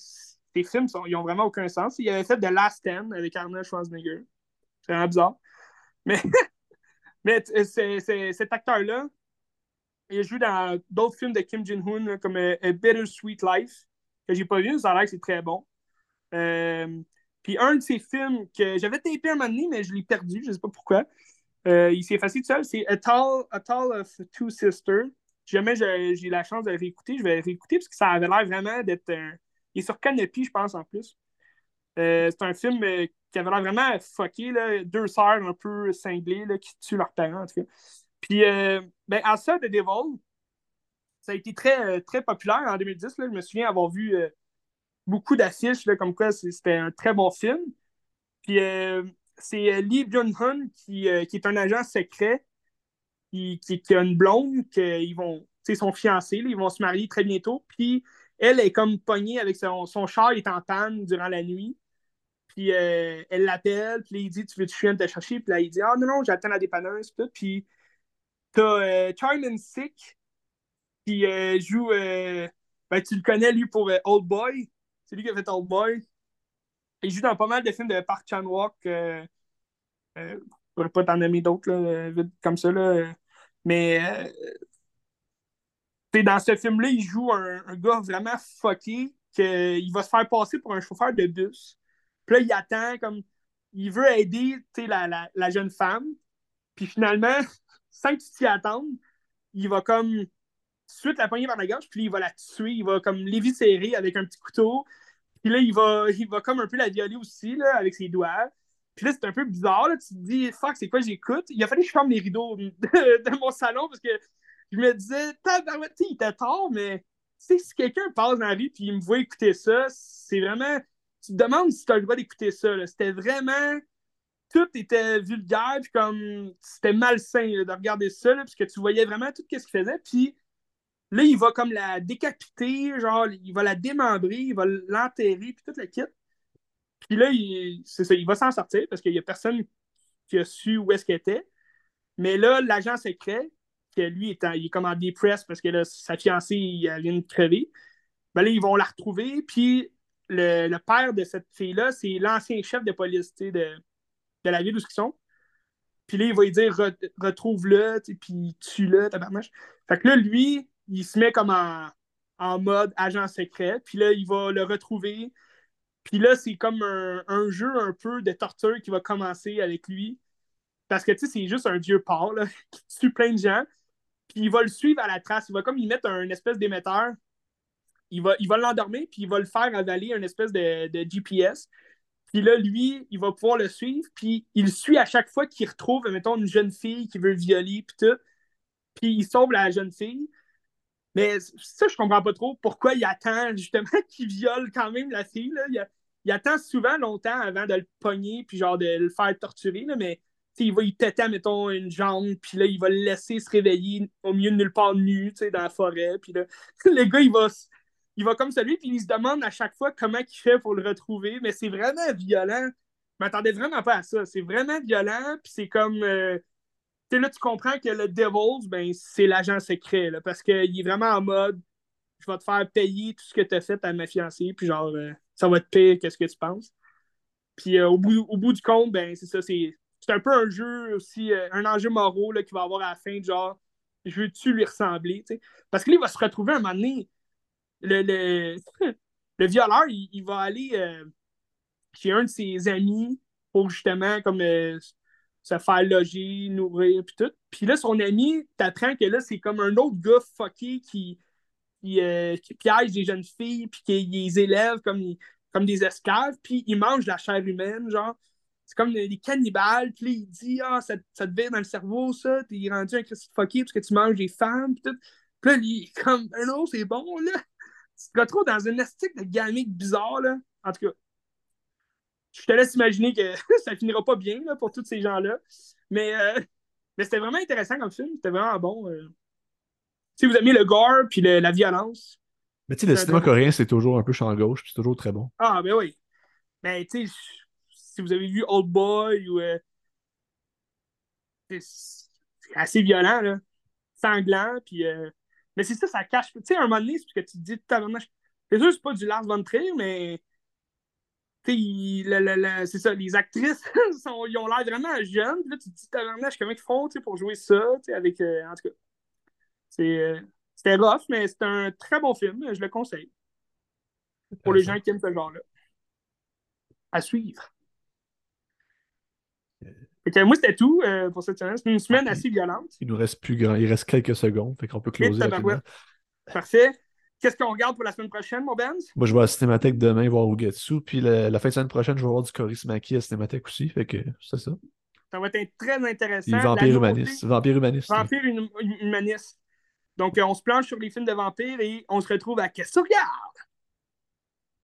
tes films, sont, ils ont vraiment aucun sens. Il avait fait The Last Stand avec Arnold Schwarzenegger. C'est vraiment bizarre. Mais, mais c'est, c'est, cet acteur-là, il a joué dans d'autres films de Kim Jong-un, comme euh, A Bittersweet Life, que j'ai pas vu, ça a l'air que c'est très bon. Euh, Puis un de ses films que j'avais tapé un moment donné, mais je l'ai perdu, je sais pas pourquoi. Euh, il s'est effacé tout seul, c'est A Tale, A Tale of Two Sisters. Si jamais j'ai, j'ai la chance de le réécouter, je vais le réécouter parce que ça avait l'air vraiment d'être un... Il est sur Canopy, je pense, en plus. Euh, c'est un film euh, qui avait l'air vraiment fucké, là. Deux sœurs un peu cinglées là, qui tuent leurs parents, en tout cas. Puis, euh, ben, à ça, The Devil, ça a été très, très populaire en deux mille dix. Là. Je me souviens avoir vu euh, beaucoup d'affiches là, comme quoi c'était un très bon film. Puis, euh, c'est euh, Lee Byung-hun qui, euh, qui est un agent secret qui, qui, qui a une blonde, qu'ils vont, tu sais, sont fiancés, là, ils vont se marier très bientôt. Puis, elle est comme pognée avec son, son char, il est en panne durant la nuit. Puis euh, elle l'appelle, puis là, il dit tu veux-tu que je vienne te chercher? Puis là, il dit ah non, non, j'attends la dépanneuse. Puis, tout. Puis t'as euh, Charlie Sick qui euh, joue, euh, ben, tu le connais lui pour euh, Old Boy. C'est lui qui a fait Old Boy. Il joue dans pas mal de films de Park Chan-wook. Euh, euh, je ne pourrais pas t'en nommer d'autres là, vite comme ça. Là. Mais euh, dans ce film-là, il joue un, un gars vraiment fucké qu'il va se faire passer pour un chauffeur de bus. Puis là, il attend comme. Il veut aider la, la, la jeune femme. Puis finalement, sans que tu t'y attendes, il va comme tout de suite la pogner par la gorge, puis il va la tuer. Il va comme l'éviscérer avec un petit couteau. Puis là, il va, il va comme un peu la violer aussi, là, avec ses doigts. Puis là, c'est un peu bizarre. Là. Tu te dis, fuck, c'est quoi j'écoute? Il a fallu que je ferme les rideaux de, de mon salon parce que je me disais, tabarouette, tu sais, il était tard, mais tu sais, si quelqu'un passe dans la rue puis il me voit écouter ça, c'est vraiment. Tu te demandes si tu as le droit d'écouter ça. Là. C'était vraiment. Tout était vulgaire, puis comme. C'était malsain là, de regarder ça, là, parce que tu voyais vraiment tout ce qu'il faisait. Puis là, il va comme la décapiter, genre, il va la démembrer, il va l'enterrer, puis toute la kit. Puis là, il, c'est ça, il va s'en sortir parce qu'il n'y a personne qui a su où est-ce qu'elle était. Mais là, l'agent secret, que lui, est en- il est comme en dépress parce que là, sa fiancée, elle vient de crever. Ben là, ils vont la retrouver. Puis le, le père de cette fille-là, c'est l'ancien chef de police tu sais, de, de la ville où ils sont. Puis là, il va lui dire Re- retrouve-le, tu sais, puis tue-le, tabarnache. Fait que là, lui, il se met comme en, en mode agent secret. Puis là, il va le retrouver. Puis là, c'est comme un, un jeu un peu de torture qui va commencer avec lui. Parce que, tu sais, c'est juste un vieux porc là, qui tue plein de gens. Puis il va le suivre à la trace. Il va comme y mettre un espèce d'émetteur. Il va, il va l'endormir, puis il va le faire avaler un espèce de, de G P S. Puis là, lui, il va pouvoir le suivre, puis il le suit à chaque fois qu'il retrouve, mettons, une jeune fille qui veut le violer, puis tout. Puis il sauve la jeune fille. Mais ça, je comprends pas trop pourquoi il attend justement qu'il viole quand même la fille. Là. Il, il attend souvent longtemps avant de le pogner, puis genre de le faire torturer, là, mais il va y péter, mettons, une jambe, puis là, il va le laisser se réveiller au milieu de nulle part nu, dans la forêt. Puis là, le gars, il va, il va comme celui, puis il se demande à chaque fois comment il fait pour le retrouver. Mais c'est vraiment violent. Je m'attendais vraiment pas à ça. C'est vraiment violent, puis c'est comme. Euh, tu sais, là, tu comprends que le Devils, ben, c'est l'agent secret, là, parce qu'il est vraiment en mode je vais te faire payer tout ce que tu as fait à ma fiancée, puis genre, euh, ça va te payer qu'est-ce que tu penses. Puis euh, au, bout, au bout du compte, ben, c'est ça, c'est, c'est un peu un jeu aussi, euh, un enjeu moraux qu'il va avoir à la fin, genre, je veux-tu lui ressembler, tu sais. Parce que là, il va se retrouver un moment donné, le, le, le violeur, il, il va aller euh, chez un de ses amis pour justement, comme, euh, se faire loger, nourrir, puis tout. Puis là, son ami, t'apprends que là, c'est comme un autre gars fucké qui, qui, euh, qui piège des jeunes filles, puis qui les élève comme, comme des esclaves, puis il mange la chair humaine, genre. C'est comme des cannibales, puis là, il dit Ah, ça, ça te vire dans le cerveau, ça, t'es rendu un Christy fucké parce que tu manges des femmes, puis tout. Puis là, il est comme Ah non, c'est bon, là. Tu te retrouves dans une esthétique de gamique bizarre, là. En tout cas, je te laisse imaginer que ça finira pas bien là, pour tous ces gens-là. Mais, euh, mais c'était vraiment intéressant comme film. C'était vraiment bon. Euh. Si vous aimez le gore puis le- la violence, Mais tu sais, le c'est un très cinéma bon film. coréen, c'est toujours un peu champ gauche, puis c'est toujours très bon. Ah, ben oui. Mais tu sais, si vous avez vu Old Boy ou. Euh, c'est c'est assez violent, là. Sanglant, puis. Euh, mais c'est ça, ça cache. Tu sais, à un moment donné, c'est parce que tu te dis, tabarnak, c'est sûr, c'est pas du Lars von Trier, mais Tu sais, ils- le- le- le- c'est ça, les actrices, sont- ils ont l'air vraiment jeunes. Puis là, tu te dis, tabarnak, comment ils font, tu sais, pour jouer ça, tu sais, avec, euh, en tout cas, c'est, euh, c'était rough, mais c'est un très bon film. Je le conseille pour les Intéressant. gens qui aiment ce genre-là. À suivre. Fait que moi, c'était tout euh, pour cette semaine. C'est une Ah, semaine puis assez violente. il nous reste plus grand. Il reste quelques secondes, fait qu'on peut Et closer rapidement. tabarouette. Parfait. Qu'est-ce qu'on regarde pour la semaine prochaine, mon Benz? Moi, je vais à la Cinémathèque demain voir Ugetsu, puis la, la fin de semaine prochaine, je vais voir du Korismaki à la Cinémathèque aussi, fait que c'est ça. Ça va être très Puis intéressant. La Vampire nouveauté, Humaniste. Vampire Humaniste. Vampire hum- hum- Humaniste. Donc, euh, on se planche sur les films de vampires et on se retrouve à Qu'est-ce que tu regardes?